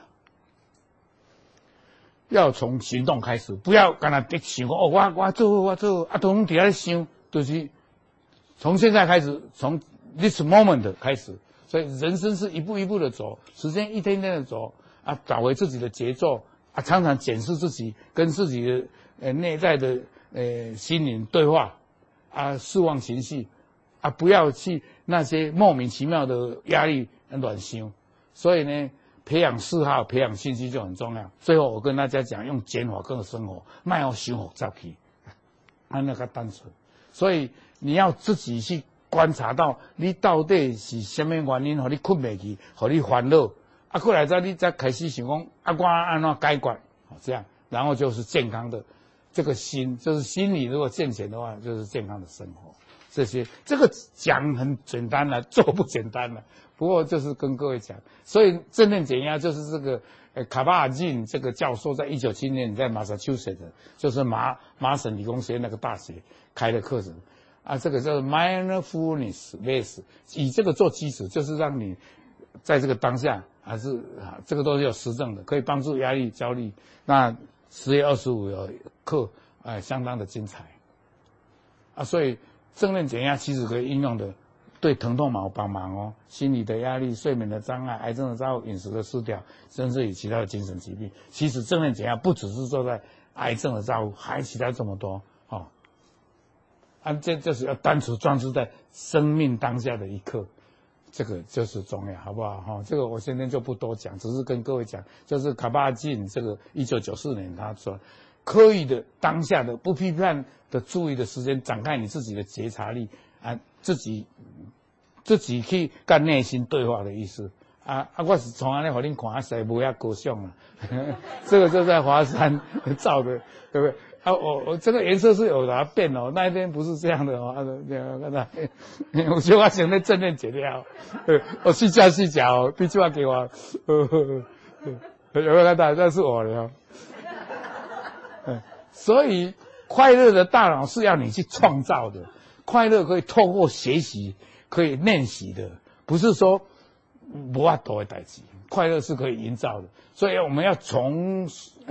要从行动开始，不要干那想我做都拢伫遐想，就是从现在开始，从 this moment 开始。所以人生是一步一步的走，时间一天天的走找回自己的节奏常常检视自己，跟自己的内在的心灵对话释放情绪不要去那些莫名其妙的压力乱想。所以呢，培养嗜好、培养兴趣就很重要。最后我跟大家讲，用减法过生活，不要想复杂去，那个单纯。所以你要自己去观察到，你到底是什么原因，让你困不去，让你烦恼过来再你再开始想讲我按怎解决这样，然后就是健康的这个心，就是心理如果健全的话，就是健康的生活。这个讲很简单了，做不简单了。不过就是跟各位讲，所以正念减压就是这个卡巴尔金这个教授在1970年在马萨诸塞州，就是麻省理工学院那个大学开的课程这个叫 mindfulness base， 以这个做基础，就是让你在这个当下这个都是有实证的，可以帮助压力、焦虑。那10月25有课相当的精彩。 所以正念减压其实可以应用的，对疼痛有帮忙哦，心理的压力、睡眠的障碍、癌症的照顾、饮食的失调，甚至于其他的精神疾病。其实正念减压不只是做在癌症的照顾，还其他这么多哦。这就是要单纯专注在生命当下的一刻，这个就是重要，好不好？哈，这个我今天就不多讲，只是跟各位讲，就是卡巴金这个1994年他说，刻意的当下的不批判的注意的时间，展开你自己的觉察力啊，自己去跟内心对话的意思。我是从安尼给恁看实无遐高尚啊，这个就在华山照的，对不对？我这个颜色是有它变哦，那一天不是这样的哦，看到，我就我想在正面解掉，我细加哦，必须要给我，有没有看到？那是我的哦，所以快乐的大脑是要你去创造的，快乐可以透过学习可以练习的，不是说无法度的代志，快乐是可以营造的，所以我们要重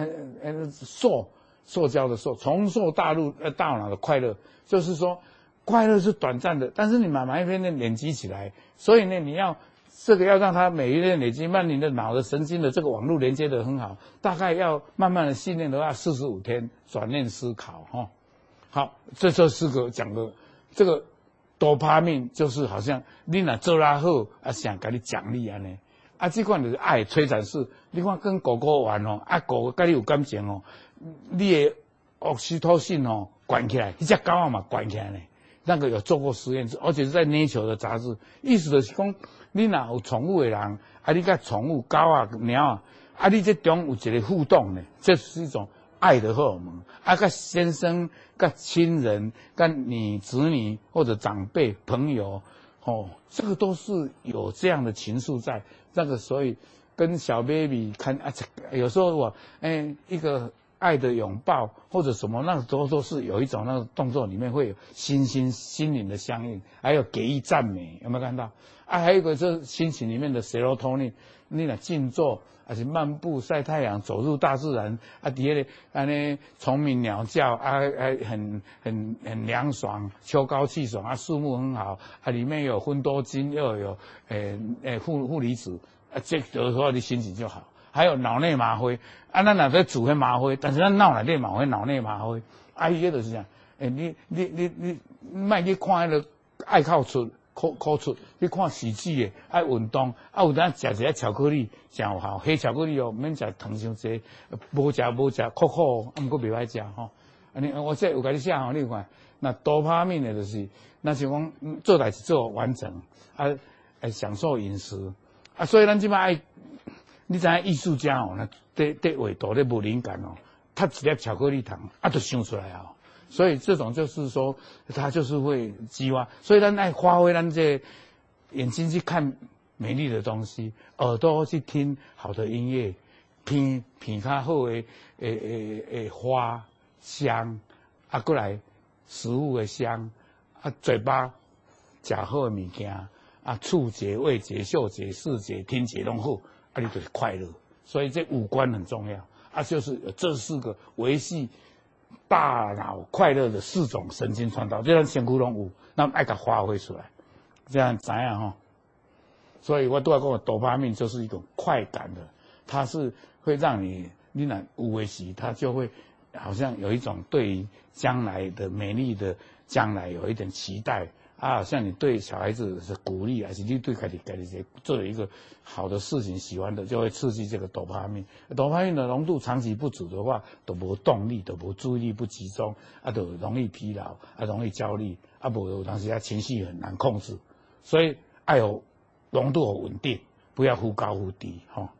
塑胶的重塑大脑的快乐，就是说快乐是短暂的，但是你慢慢一天天累积起来，所以呢，你要这个要让它每一天累积，让你的脑的神经的这个网络连接得很好，大概要慢慢的训练的话，45天转念思考哈。好，这就是个讲的这个多巴胺，就是好像你若做得好想给你奖励安尼。这款就是爱催产素，你看跟狗狗玩哦，狗狗跟你有感情哦，你的奥西托信哦关起来，那只狗嘛关起来呢。那个有做过实验，而且是在 Nature 的杂志，意思就是讲，你若有宠物的人，你跟宠物狗猫你这中有一个互动呢，这是一种爱的荷尔蒙。跟先生、跟亲人、跟你子女或者长辈、朋友。这个都是有这样的情愫在，那个所以跟小 baby 看有时候一个爱的拥抱或者什么，那都是有一种那个动作里面会有心灵的相应，还有给予赞美，有没有看到？还有一个就是心情里面的 serotonin， 你若静坐。还是漫步、晒太阳、走入大自然底下咧，虫鸣鸟叫很凉爽，秋高气爽树木很好里面有芬多精，又有负离子这有时候你心情就好。还有脑内吗啡咱若在煮迄吗啡，但是咱脑内底嘛有脑内吗啡伊迄就是啥你莫去看迄个爱靠出。考出去看实际的，爱运动，有当食一下巧克力，真有效。黑巧克力免食糖伤济，无食苦苦，毋过袂歹食吼。我这有甲你写吼，你看，那多巴胺的就是，那是讲做代志做完整，享受饮食，所以咱即摆爱，你知影艺术家那画图咧无灵感他一粒巧克力糖就想出来所以这种就是说，它就是会激发，所以咱爱发挥咱这眼睛去看美丽的东西，耳朵去听好的音乐，品较好的花香，过来食物的香，嘴巴吃好的物件，触觉、味觉、嗅觉、视觉、听觉拢好，你就是快乐。所以这五官很重要就是这4个维系。大脑快乐的4种神经传导，这样身躯拢有，那么爱甲发挥出来，这样知影所以我都要讲，多巴胺就是一种快感的，它是会让你若有的时，它就会好像有一种对于将来的美丽的将来有一点期待好像你对小孩子是鼓励，还是你对自己做了一个好的事情喜欢的，就会刺激这个多巴胺。多巴胺的浓度长期不足的话，都无动力，都无注意力不集中，都容易疲劳，容易焦虑，无有当时情绪很难控制。所以要有浓度有稳定，不要忽高忽低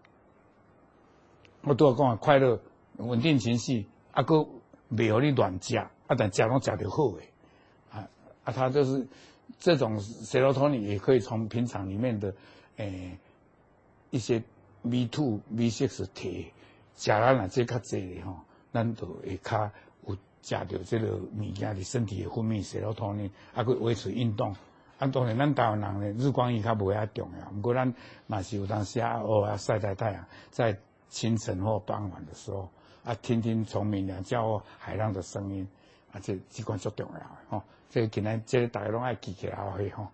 我都要讲快乐、稳定情绪，佮袂互你乱食，但食拢食得好诶。它就是这种 serotonin 也可以从平常里面的一些 B2、B6 提，食咱若这较济咱就会较有食到这个物件伫身体的分泌 serotonin， 佮维持运动。当然咱台湾人呢，日光浴较无遐重要，不过咱嘛是有当时偶尔晒晒太阳，在清晨或傍晚的时候听听虫鸣鸟叫或海浪的声音这关最重要的吼。这今天这大家拢爱记起来吼。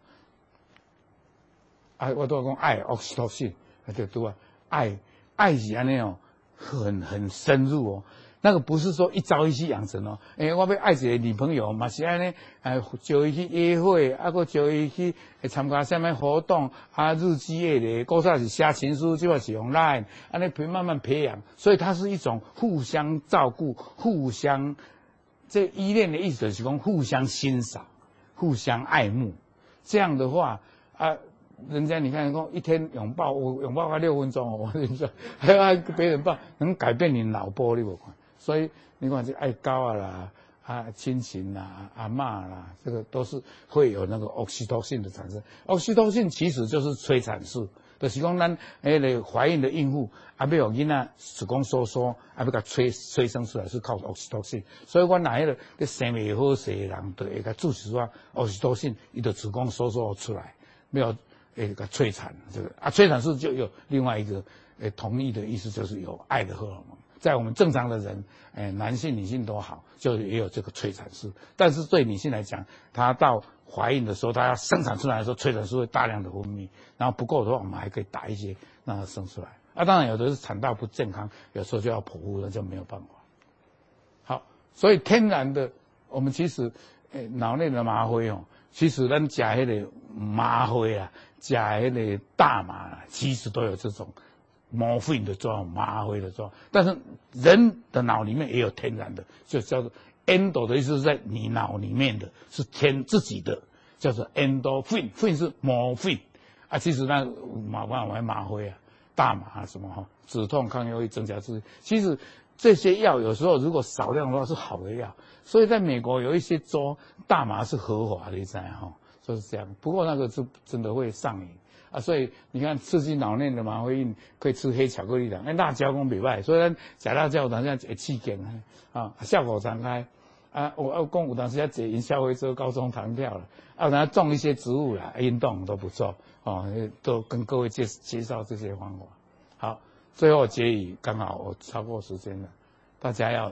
我都讲爱oxytocin，就对啊，爱是安尼哦，很深入哦。那个不是说一朝一夕养成哦，我要爱一个女朋友嘛是安尼，招伊去约会，个招伊去参加什么活动，日积月累，古早是写情书，即摆是用 Line， 安尼慢慢培养，所以它是一种互相照顾、互相这依恋的意思就是讲互相欣赏、互相爱慕。这样的话人家你看一天拥抱我拥抱他6分钟，我跟你说，还要别人抱，能改变你脑波，你有看？所以你看这爱狗啦、亲情啦、阿嬷啦，这个都是会有那个oxytocin的产生。oxytocin其实就是催产素，就是讲咱个怀孕的孕妇要让囡仔子宫收缩，要甲催生出来是靠oxytocin。所以我哪个生未好势的人，就会甲注射说oxytocin，伊就子宫收缩出来，没有个催产这个催产素就有另外一个同义的意思，就是有爱的荷尔蒙。在我们正常的人，男性、女性都好，就也有这个催产素。但是对女性来讲，她到怀孕的时候，她要生产出来的时候，催产素会大量的分泌，然后不够的话，我们还可以打一些让它生出来。当然有的是产道不健康，有时候就要剖腹，那就没有办法。好，所以天然的，我们其实脑内的吗啡哦，其实咱吃那个吗啡啊，吃那个大麻，其实都有这种morphine的作用，吗啡的作用。但是人的脑里面也有天然的，就叫做 endo 的意思是在你脑里面的，是自己的，叫做 endorphin， 是 morphine 其实那吗啡大麻什么止痛、抗忧郁、增加自律，其实这些药有时候如果少量的话是好的药。所以在美国有一些州大麻是合法的，你知道就是这样。不过那个是真的会上瘾所以你看刺激脑内的吗啡因可以吃黑巧克力的，辣椒讲袂歹，所以咱吃辣椒当然会刺激效果常开我讲有当时要解营销会做高中弹跳了然后种一些植物啦，运动都不错都跟各位介绍这些方法。好，最后结语刚好我超过时间了，大家要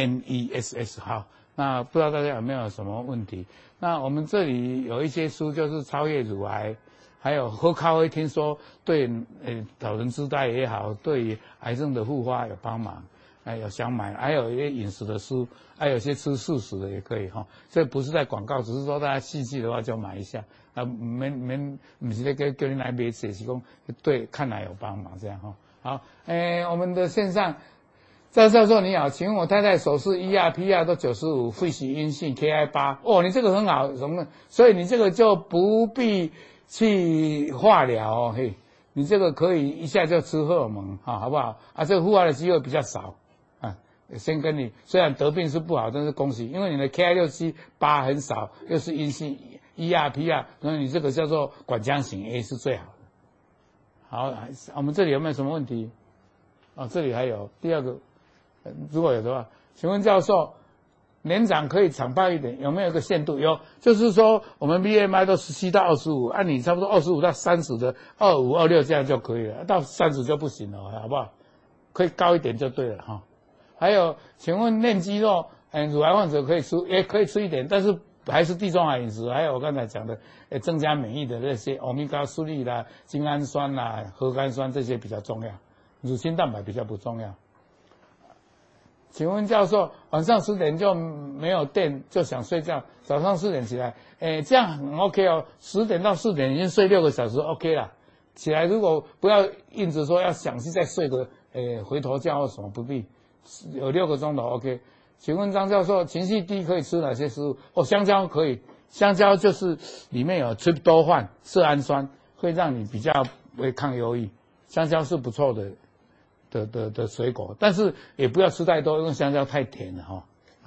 NESS 好。那不知道大家有没有什么问题？那我们这里有一些书，就是超越乳癌，还有喝咖啡，听说对老人痴呆也好，对于癌症的复发有帮忙，有想买，还有一些饮食的书，还有一些吃素食的也可以这不是在广告，只是说大家细细的话就买一下不是在叫你来买吃，是讲对看来有帮忙这样好，我们的线上。赵教授你好，请问我太太手术 ER、PR 都95，肺息阴性 KI8，你这个很好，什么？所以你这个就不必去化疗嘿，你这个可以一下就吃荷尔蒙好不好？这个复发的机会比较少先跟你虽然得病是不好，但是恭喜，因为你的 KI6、7、8很少，又是阴性 ER、PR， 所以你这个叫做管腔型 A 是最好的。好，我们这里有没有什么问题？这里还有第二个。如果有的话，请问教授，年长可以长胖一点，有没有一个限度？有，就是说我们 BMI 都17到25，你差不多25到30的25、26这样就可以了，到30就不行了，好不好？可以高一点就对了还有，请问练肌肉，乳癌患者可以吃，也可以吃一点，但是还是地中海饮食。还有我刚才讲的，增加免疫的那些欧米伽苏利啦、精氨酸啦、核苷酸这些比较重要，乳清蛋白比较不重要。请问教授，晚上10点就没有电，就想睡觉，早上4点起来，这样很 OK 10点到4点已经睡6个小时 OK 了。起来如果不要硬着说要想去再睡个回头觉或什么，不必，有6个钟头 OK。请问张教授，情绪低可以吃哪些食物？香蕉可以，香蕉就是里面有 tryptophan 色氨酸，会让你比较会抗忧郁，香蕉是不错的水果，但是也不要吃太多，因为香蕉太甜了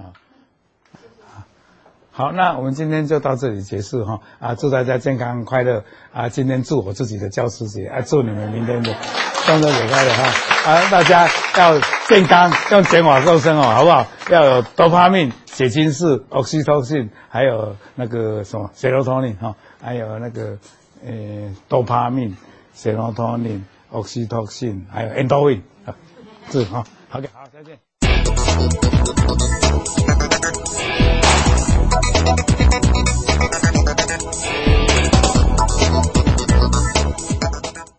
好，那我们今天就到这里结束祝大家健康快乐今天祝我自己的教师节祝你们明天的中秋节快乐大家要健康，用减法瘦身好不好？要有多巴胺、血清素、oxytocin， 还有那个什么 serotonin 还有那个多巴胺、serotonin、oxytocin， 还有 endorphin。好，OK， 好，再见。